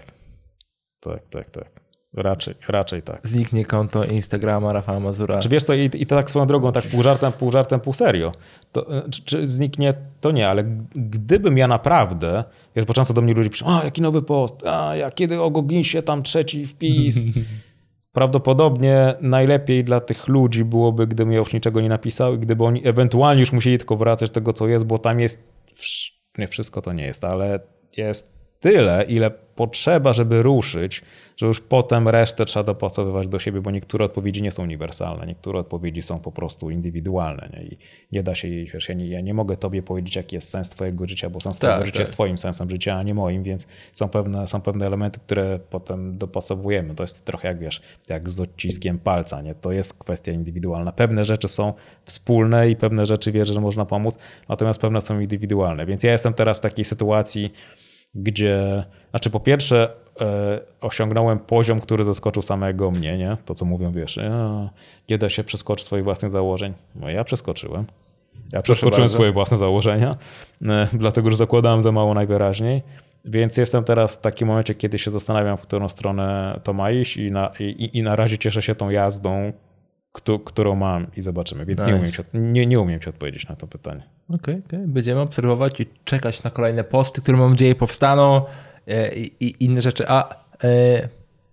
Raczej tak. Zniknie konto Instagrama Rafała Mazura. Czy wiesz co, i to tak swoją drogą, tak pół żartem, pół serio. To, czy zniknie, to nie, ale gdybym ja naprawdę, wiesz, bo często do mnie ludzie piszą, jaki nowy post, kiedy o Gogginsie tam 3 wpis. Prawdopodobnie najlepiej dla tych ludzi byłoby, gdybym ja już niczego nie napisał i gdyby oni ewentualnie już musieli tylko wracać do tego, co jest, bo tam jest, nie wszystko to nie jest, ale jest tyle, ile potrzeba, żeby ruszyć, że już potem resztę trzeba dopasowywać do siebie, bo niektóre odpowiedzi nie są uniwersalne, niektóre odpowiedzi są po prostu indywidualne. Nie? I nie da się jej, wiesz, ja nie mogę tobie powiedzieć, jaki jest sens twojego życia, bo sens twojego życia jest twoim sensem życia, a nie moim, więc są pewne elementy, które potem dopasowujemy. To jest trochę jak, wiesz, jak z odciskiem palca, nie? To jest kwestia indywidualna. Pewne rzeczy są wspólne i pewne rzeczy wierzę, że można pomóc, natomiast pewne są indywidualne. Więc ja jestem teraz w takiej sytuacji, gdzie, znaczy po pierwsze osiągnąłem poziom, który zaskoczył samego mnie, nie? To co mówią, wiesz, nie da się przeskoczyć swoich własnych założeń. No ja przeskoczyłem. Ja przeskoczyłem swoje własne założenia, dlatego że zakładałem za mało najwyraźniej. Więc jestem teraz w takim momencie, kiedy się zastanawiam, w którą stronę to ma iść i na razie cieszę się tą jazdą, którą mam i zobaczymy. Więc nie umiem ci odpowiedzieć na to pytanie. Okej. Będziemy obserwować i czekać na kolejne posty, które mam nadzieję powstaną i inne rzeczy.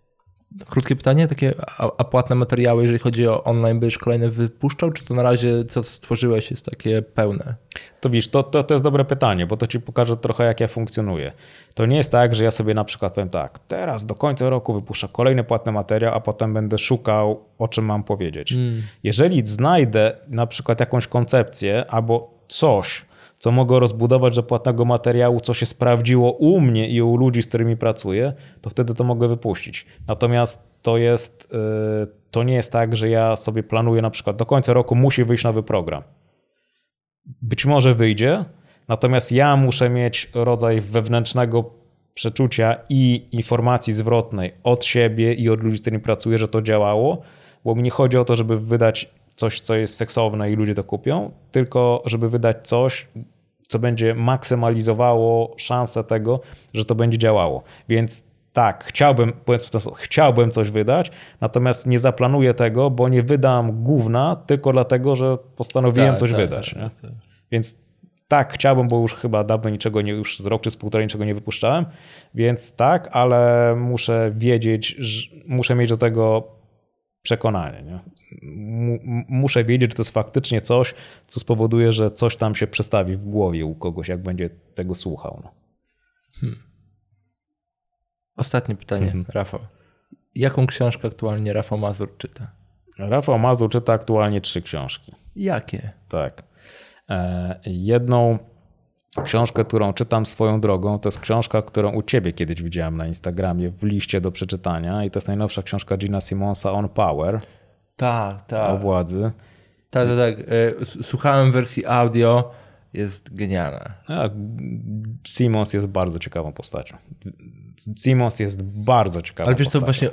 Krótkie pytanie, takie, a płatne materiały, jeżeli chodzi o online, będziesz kolejne wypuszczał, czy to na razie co stworzyłeś jest takie pełne? To widzisz, to jest dobre pytanie, bo to ci pokaże trochę jak ja funkcjonuję. To nie jest tak, że ja sobie na przykład powiem tak, teraz do końca roku wypuszczę kolejny płatny materiał, a potem będę szukał, o czym mam powiedzieć. Jeżeli znajdę na przykład jakąś koncepcję albo coś, co mogę rozbudować do płatnego materiału, co się sprawdziło u mnie i u ludzi, z którymi pracuję, to wtedy to mogę wypuścić. Natomiast to nie jest tak, że ja sobie planuję na przykład do końca roku musi wyjść nowy program. Być może wyjdzie, natomiast ja muszę mieć rodzaj wewnętrznego przeczucia i informacji zwrotnej od siebie i od ludzi, z którymi pracuję, że to działało, bo mi nie chodzi o to, żeby wydać coś, co jest seksowne i ludzie to kupią, tylko żeby wydać coś, co będzie maksymalizowało szansę tego, że to będzie działało. Więc tak, chciałbym coś wydać, natomiast nie zaplanuję tego, bo nie wydam gówna tylko dlatego, że postanowiłem coś wydać. Tak. Więc tak, chciałbym, bo już chyba dawno już z rok czy z półtorej niczego nie wypuszczałem, więc tak, ale muszę wiedzieć, muszę mieć do tego przekonanie. Nie? Muszę wiedzieć, że to jest faktycznie coś, co spowoduje, że coś tam się przestawi w głowie u kogoś, jak będzie tego słuchał. No. Ostatnie pytanie, Rafał. Jaką książkę aktualnie Rafał Mazur czyta? Rafał Mazur czyta aktualnie 3 książki. Jakie? Tak. Jedną książkę, którą czytam swoją drogą, to jest książka, którą u ciebie kiedyś widziałem na Instagramie w liście do przeczytania i to jest najnowsza książka Gina Simonsa On Power. Tak. O władzy. Tak. Słuchałem wersji audio, jest genialna. Simons jest bardzo ciekawą postacią. Simons jest bardzo ciekawą Ale wiesz postacią. co, właśnie,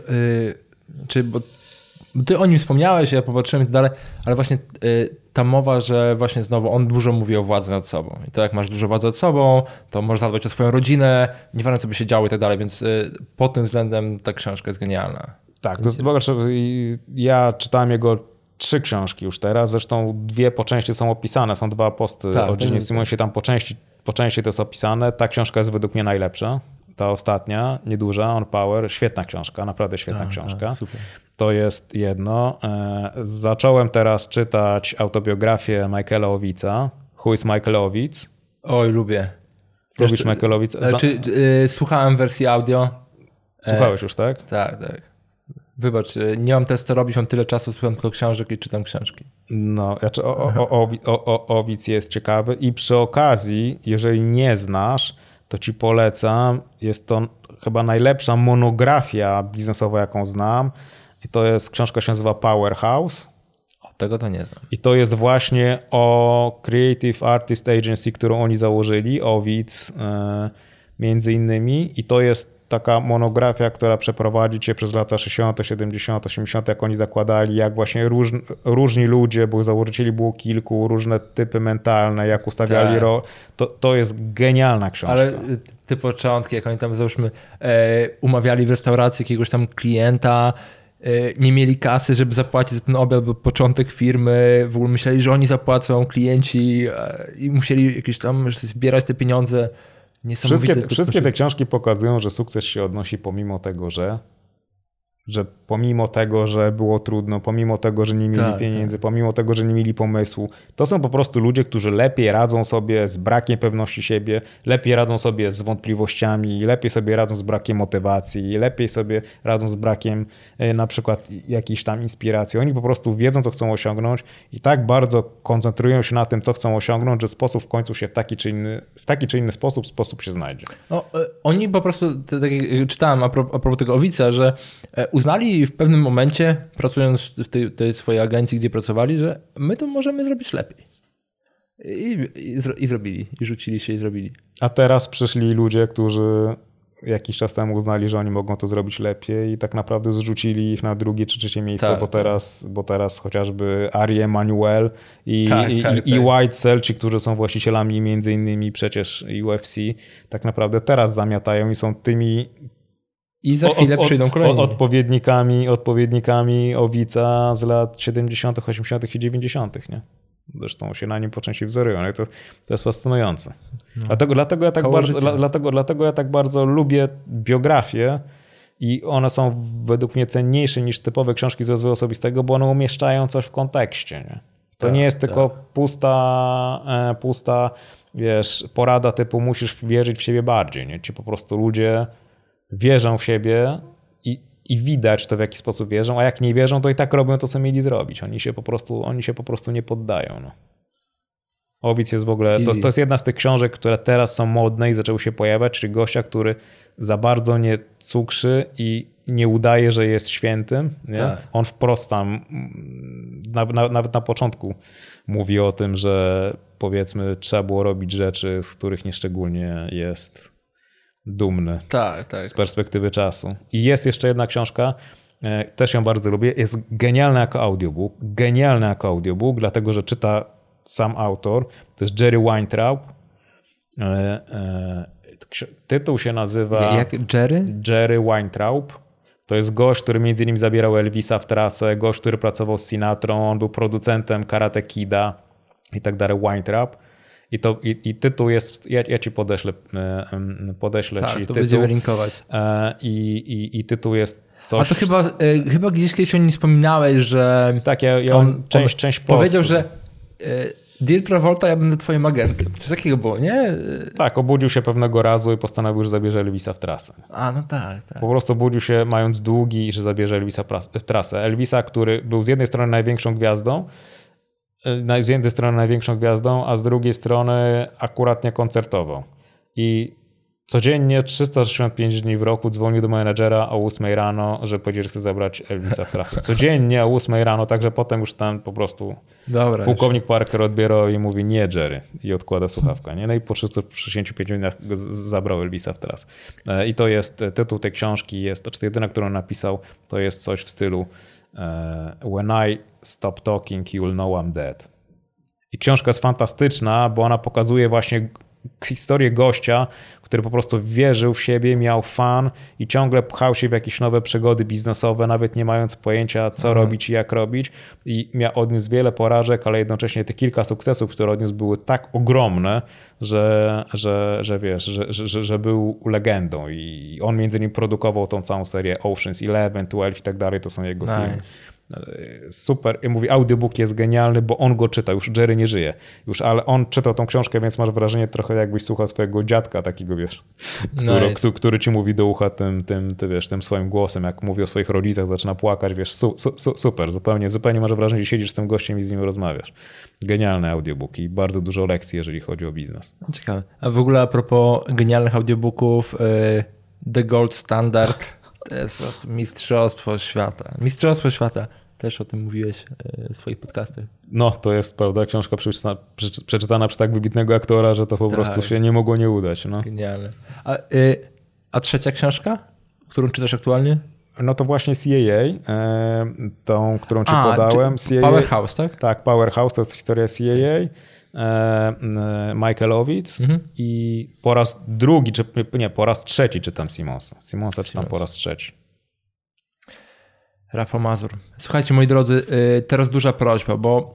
bo ty o nim wspomniałeś, ja popatrzyłem i tak dalej, ale właśnie ta mowa, że właśnie znowu on dużo mówi o władzy nad sobą. I to jak masz dużo władzy nad sobą, to możesz zadbać o swoją rodzinę, nieważne co by się działo i tak dalej, więc pod tym względem ta książka jest genialna. Tak, to jest ja czytałem jego 3 książki już teraz, zresztą 2 po części są opisane, są 2 posty o Ginie Simonsie, tam po części to jest opisane. Ta książka jest według mnie najlepsza, ta ostatnia, nieduża, On Power, świetna książka, naprawdę świetna książka. Super. To jest jedno. Zacząłem teraz czytać autobiografię Michaela Owica. Who is Michael Owic? Oj, lubię. Lubisz Michael Owic? Słuchałem wersji audio. Słuchałeś już, tak? Tak. Wybacz, nie mam też co robić, mam tyle czasu, słucham tylko książek i czytam książki. No, znaczy Owic jest ciekawy i przy okazji, jeżeli nie znasz, to ci polecam. Jest to chyba najlepsza monografia biznesowa, jaką znam. I to jest, książka się nazywa Powerhouse. O, tego to nie znam. I to jest właśnie o Creative Artist Agency, którą oni założyli, Owic między innymi. I to jest taka monografia, która przeprowadzi cię przez lata 60., 70., 80., jak oni zakładali, jak właśnie różni ludzie, bo założycieli było kilku, różne typy mentalne, jak ustawiali to jest genialna książka. Ale te początki, jak oni tam załóżmy umawiali w restauracji jakiegoś tam klienta, nie mieli kasy, żeby zapłacić za ten obiad, bo początek firmy, w ogóle myśleli, że oni zapłacą, klienci i musieli jakieś tam zbierać te pieniądze. Wszystkie te książki pokazują, że sukces się odnosi pomimo tego, że pomimo tego, że było trudno, pomimo tego, że nie mieli pieniędzy, pomimo tego, że nie mieli pomysłu, to są po prostu ludzie, którzy lepiej radzą sobie z brakiem pewności siebie, lepiej radzą sobie z wątpliwościami, lepiej sobie radzą z brakiem motywacji, lepiej sobie radzą z brakiem na przykład jakiejś tam inspiracji. Oni po prostu wiedzą, co chcą osiągnąć i tak bardzo koncentrują się na tym, co chcą osiągnąć, że sposób w końcu się w taki czy inny sposób się znajdzie. No, oni po prostu, tak jak czytałem a propos tego Owica, że uznali w pewnym momencie, pracując w tej swojej agencji, gdzie pracowali, że my to możemy zrobić lepiej. I zrobili. I rzucili się i zrobili. A teraz przyszli ludzie, którzy jakiś czas temu uznali, że oni mogą to zrobić lepiej i tak naprawdę zrzucili ich na drugie czy trzecie miejsce, bo teraz chociażby Ari Emanuel i White Cell, ci, którzy są właścicielami między innymi przecież UFC, tak naprawdę teraz zamiatają i są tymi i za chwilę przyjdą kolejni. Odpowiednikami Owica z lat 70., 80. i 90. Nie? Zresztą się na nim po części wzorują, ale to jest fascynujące. No. Dlatego ja tak bardzo lubię biografię, i one są według mnie cenniejsze niż typowe książki z rozwoju osobistego, bo one umieszczają coś w kontekście. Nie? To nie jest tylko pusta wiesz, porada typu musisz wierzyć w siebie bardziej. Nie? Ci po prostu ludzie wierzą w siebie i widać to, w jaki sposób wierzą, a jak nie wierzą, to i tak robią to, co mieli zrobić. Oni się po prostu nie poddają. No. Owic jest w ogóle, to jest jedna z tych książek, które teraz są modne i zaczęły się pojawiać, czyli gościa, który za bardzo nie cukrzy i nie udaje, że jest świętym. Nie? Tak. On wprost tam, nawet na początku mówi o tym, że powiedzmy trzeba było robić rzeczy, z których nieszczególnie jest dumny z perspektywy czasu. I jest jeszcze jedna książka, też ją bardzo lubię, jest genialna jako audiobook, dlatego że czyta sam autor, to jest Jerry Weintraub. Tytuł się nazywa... Jak Jerry? Jerry Weintraub. To jest gość, który między innymi zabierał Elvisa w trasę, gość, który pracował z Sinatrą, on był producentem Karate Kida i tak dalej, Weintraub. I tytuł jest, ja ci podeślę tak, ci to tytuł. Będziemy linkować. I tytuł jest coś... A to chyba gdzieś kiedyś o nim wspominałeś, że... Tak, on część powiedział, że Dear Travolta, ja będę twoim agentem. Coś takiego było, nie? Tak, obudził się pewnego razu i postanowił, że zabierze Elvisa w trasę. A, no tak. Po prostu obudził się mając długi i że zabierze Elvisa w trasę. Elvisa, który był z jednej strony największą gwiazdą, a z drugiej strony akurat nie koncertował. I codziennie 365 dni w roku dzwonił do menedżera o 8 rano, że powiedział, że chce zabrać Elvisa w trasę. Codziennie o 8 rano, także potem już ten po prostu pułkownik Parker odbiera i mówi nie Jerry i odkłada słuchawkę. Nie? No i po 365 dniach zabrał Elvisa w trasę. I to jest tytuł tej książki, czy jedyna, którą napisał, to jest coś w stylu When I stop talking, you will know I'm dead. I książka jest fantastyczna, bo ona pokazuje właśnie historię gościa, który po prostu wierzył w siebie, miał fan i ciągle pchał się w jakieś nowe przygody biznesowe, nawet nie mając pojęcia, co robić i jak robić. I odniósł wiele porażek, ale jednocześnie te kilka sukcesów, które odniósł, były tak ogromne, że był legendą. I on między innymi produkował tą całą serię Ocean's 11, 12 i tak dalej. To są jego filmy. Super. I mówi, audiobook jest genialny, bo on go czyta. Już Jerry nie żyje. Ale on czytał tą książkę, więc masz wrażenie trochę jakbyś słuchał swojego dziadka takiego, wiesz, który ci mówi do ucha tym swoim głosem, jak mówi o swoich rodzicach, zaczyna płakać, wiesz, super. Zupełnie masz wrażenie, że siedzisz z tym gościem i z nim rozmawiasz. Genialne audiobooki i bardzo dużo lekcji, jeżeli chodzi o biznes. Ciekawe. A w ogóle a propos genialnych audiobooków, The Gold Standard to jest po prostu mistrzostwo świata. Też o tym mówiłeś w swoich podcastach. No, to jest prawda, książka przeczytana przez tak wybitnego aktora, że to po prostu się nie mogło nie udać. No. Genialne. A trzecia książka, którą czytasz aktualnie? No to właśnie CAA, tą, którą ci podałem. CAA, Powerhouse, tak? Tak, Powerhouse to jest historia CAA. Michael Ovitz i po raz drugi, po raz trzeci czytam Simonsa czytam po raz trzeci. Rafał Mazur. Słuchajcie, moi drodzy, teraz duża prośba, bo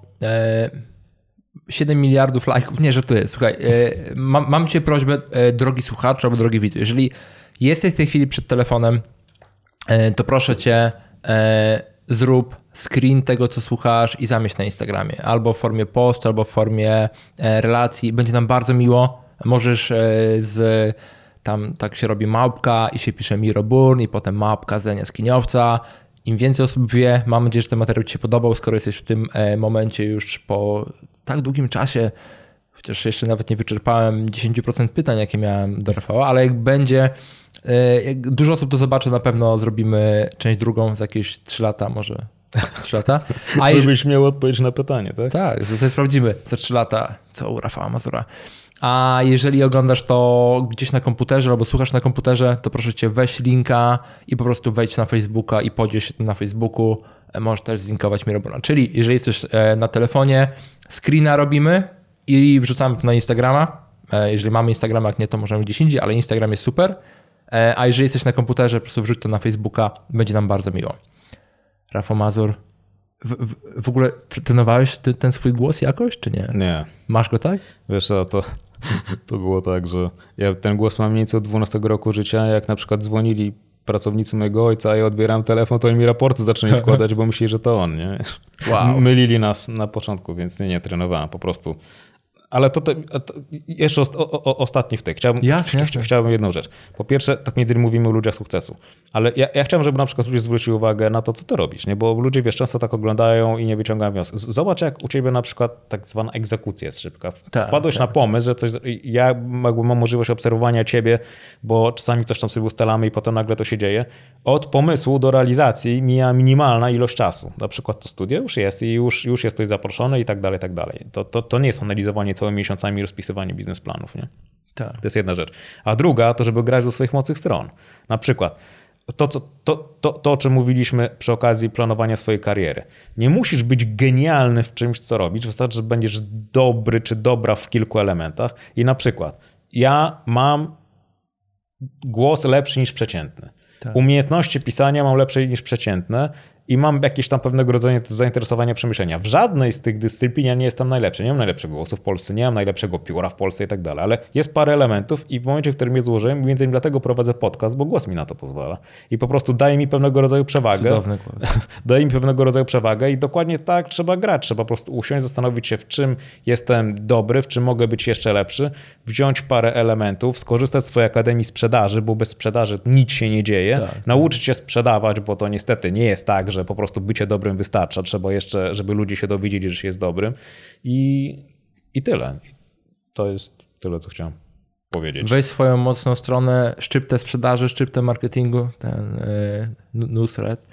7 miliardów lajków, nie żartuję, słuchaj, mam cię prośbę, drogi słuchaczu albo drogi widzu, jeżeli jesteś w tej chwili przed telefonem, to proszę cię, zrób screen tego, co słuchasz i zamieść na Instagramie. Albo w formie postu, albo w formie relacji. Będzie nam bardzo miło. Możesz tam tak się robi małpka i się pisze Miro Burn i potem małpka Zenia Skiniowca. Im więcej osób wie, mam nadzieję, że ten materiał ci się podobał, skoro jesteś w tym momencie już po tak długim czasie, chociaż jeszcze nawet nie wyczerpałem 10% pytań, jakie miałem do Rafała, ale jak będzie, jak dużo osób to zobaczy, na pewno zrobimy część drugą za jakieś 3 lata, może 3 lata. Żebyś miał odpowiedź na pytanie, tak? Tak, to sobie sprawdzimy za 3 lata, co u Rafała Mazura. A jeżeli oglądasz to gdzieś na komputerze albo słuchasz na komputerze, to proszę cię, weź linka i po prostu wejdź na Facebooka i podziel się tym na Facebooku. Możesz też zlinkować Mirobona. Czyli jeżeli jesteś na telefonie, screena robimy i wrzucamy to na Instagrama. Jeżeli mamy Instagrama, jak nie, to możemy gdzieś indziej, ale Instagram jest super. A jeżeli jesteś na komputerze, po prostu wrzuć to na Facebooka, będzie nam bardzo miło. Rafał Mazur, w ogóle trenowałeś ten swój głos jakoś, czy nie? Nie. Masz go tak? Wiesz co, to było tak, że ja ten głos mam mniej więcej od 12 roku życia. Jak na przykład dzwonili pracownicy mojego ojca, a ja odbieram telefon, to oni mi raporty zaczęli składać, bo myśleli, że to on. Nie? Wow. Mylili nas na początku, więc nie trenowałem po prostu. Ale to jeszcze ostatni wtyk. Chciałbym jedną rzecz. Po pierwsze, tak między innymi mówimy o ludziach sukcesu. Ale ja chciałbym, żeby na przykład ludzie zwrócili uwagę na to, co ty robisz. Nie? Bo ludzie, wiesz, często tak oglądają i nie wyciągają wniosków. Zobacz, jak u ciebie na przykład tak zwana egzekucja jest szybka. Wpadłeś na pomysł, że coś... Ja mam możliwość obserwowania ciebie, bo czasami coś tam sobie ustalamy i potem nagle to się dzieje. Od pomysłu do realizacji mija minimalna ilość czasu. Na przykład to studio już jest i już jesteś zaproszony i tak dalej, i tak dalej. To nie jest analizowanie całymi miesiącami rozpisywanie biznesplanów. Nie? Tak. To jest jedna rzecz. A druga to, żeby grać do swoich mocnych stron. Na przykład to, o czym mówiliśmy przy okazji planowania swojej kariery. Nie musisz być genialny w czymś, co robisz. Wystarczy, że będziesz dobry czy dobra w kilku elementach. I na przykład ja mam głos lepszy niż przeciętny. Tak. Umiejętności pisania mam lepsze niż przeciętne. I mam jakieś tam pewnego rodzaju zainteresowania, przemyślenia. W żadnej z tych dyscyplin ja nie jestem najlepszy. Nie mam najlepszego głosu w Polsce, nie mam najlepszego pióra w Polsce i tak dalej, ale jest parę elementów i w momencie, w którym je złożyłem, między innymi dlatego prowadzę podcast, bo głos mi na to pozwala. I po prostu daje mi pewnego rodzaju przewagę. Cudowny głos. Daje mi pewnego rodzaju przewagę i dokładnie tak trzeba grać. Trzeba po prostu usiąść, zastanowić się, w czym jestem dobry, w czym mogę być jeszcze lepszy, wziąć parę elementów, skorzystać z swojej akademii sprzedaży, bo bez sprzedaży nic się nie dzieje. Tak, nauczyć się sprzedawać, bo to niestety nie jest tak, że po prostu bycie dobrym wystarcza. Trzeba jeszcze, żeby ludzie się dowiedzieli, że się jest dobrym. I tyle. To jest tyle, co chciałem powiedzieć. Weź swoją mocną stronę, szczyptę sprzedaży, szczyptę marketingu, ten newsletter.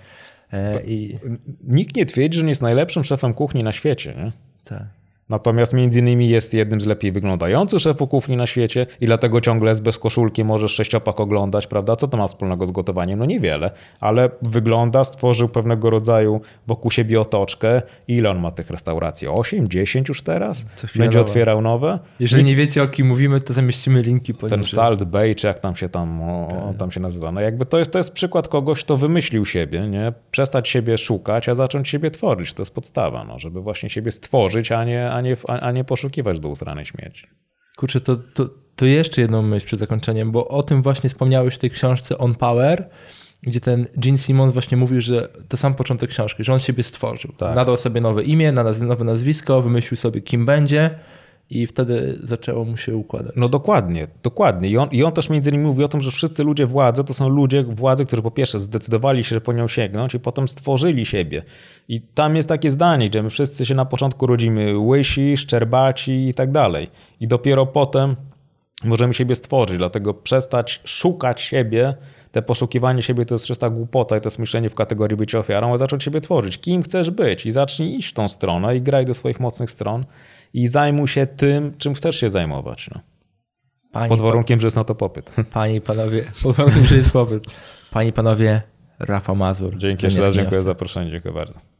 Nikt nie twierdzi, że nie jest najlepszym szefem kuchni na świecie. Nie? Tak. Natomiast między innymi jest jednym z lepiej wyglądających szefów kuchni na świecie i dlatego ciągle jest bez koszulki, możesz sześciopak oglądać, prawda? Co to ma wspólnego z gotowaniem? No niewiele, ale wygląda, stworzył pewnego rodzaju wokół siebie otoczkę. Ile on ma tych restauracji? 8, 10 już teraz? Będzie otwierał nowe? Jeżeli nie wiecie, o kim mówimy, to zamieścimy linki poniżej. Ten Salt Bay, czy jak tam się tam się nazywa. No jakby to jest przykład kogoś, kto wymyślił siebie, nie? Przestać siebie szukać, a zacząć siebie tworzyć. To jest podstawa, no, żeby właśnie siebie stworzyć, a nie poszukiwać do usranej śmierci. Kurczę, to jeszcze jedną myśl przed zakończeniem, bo o tym właśnie wspomniałeś w tej książce On Power, gdzie ten Gene Simmons właśnie mówił, że to sam początek książki, że on siebie stworzył. Tak. Nadał sobie nowe imię, nowe nazwisko, wymyślił sobie, kim będzie i wtedy zaczęło mu się układać. No dokładnie. I on też między innymi mówi o tym, że wszyscy ludzie władzy to są ludzie władzy, którzy po pierwsze zdecydowali się, że po nią sięgnąć i potem stworzyli siebie. I tam jest takie zdanie, że my wszyscy się na początku rodzimy łysi, szczerbaci i tak dalej. I dopiero potem możemy siebie stworzyć, dlatego przestać szukać siebie. Te poszukiwanie siebie to jest czysta głupota i to jest myślenie w kategorii bycia ofiarą, a zacząć siebie tworzyć. Kim chcesz być i zacznij iść w tą stronę i graj do swoich mocnych stron i zajmuj się tym, czym chcesz się zajmować. No. Pod warunkiem, że jest na to popyt. Panie i panowie, pod warunkiem, że jest popyt. Panie i panowie, Rafał Mazur. Dzięki jeszcze raz, dziękuję za zaproszenie, dziękuję bardzo.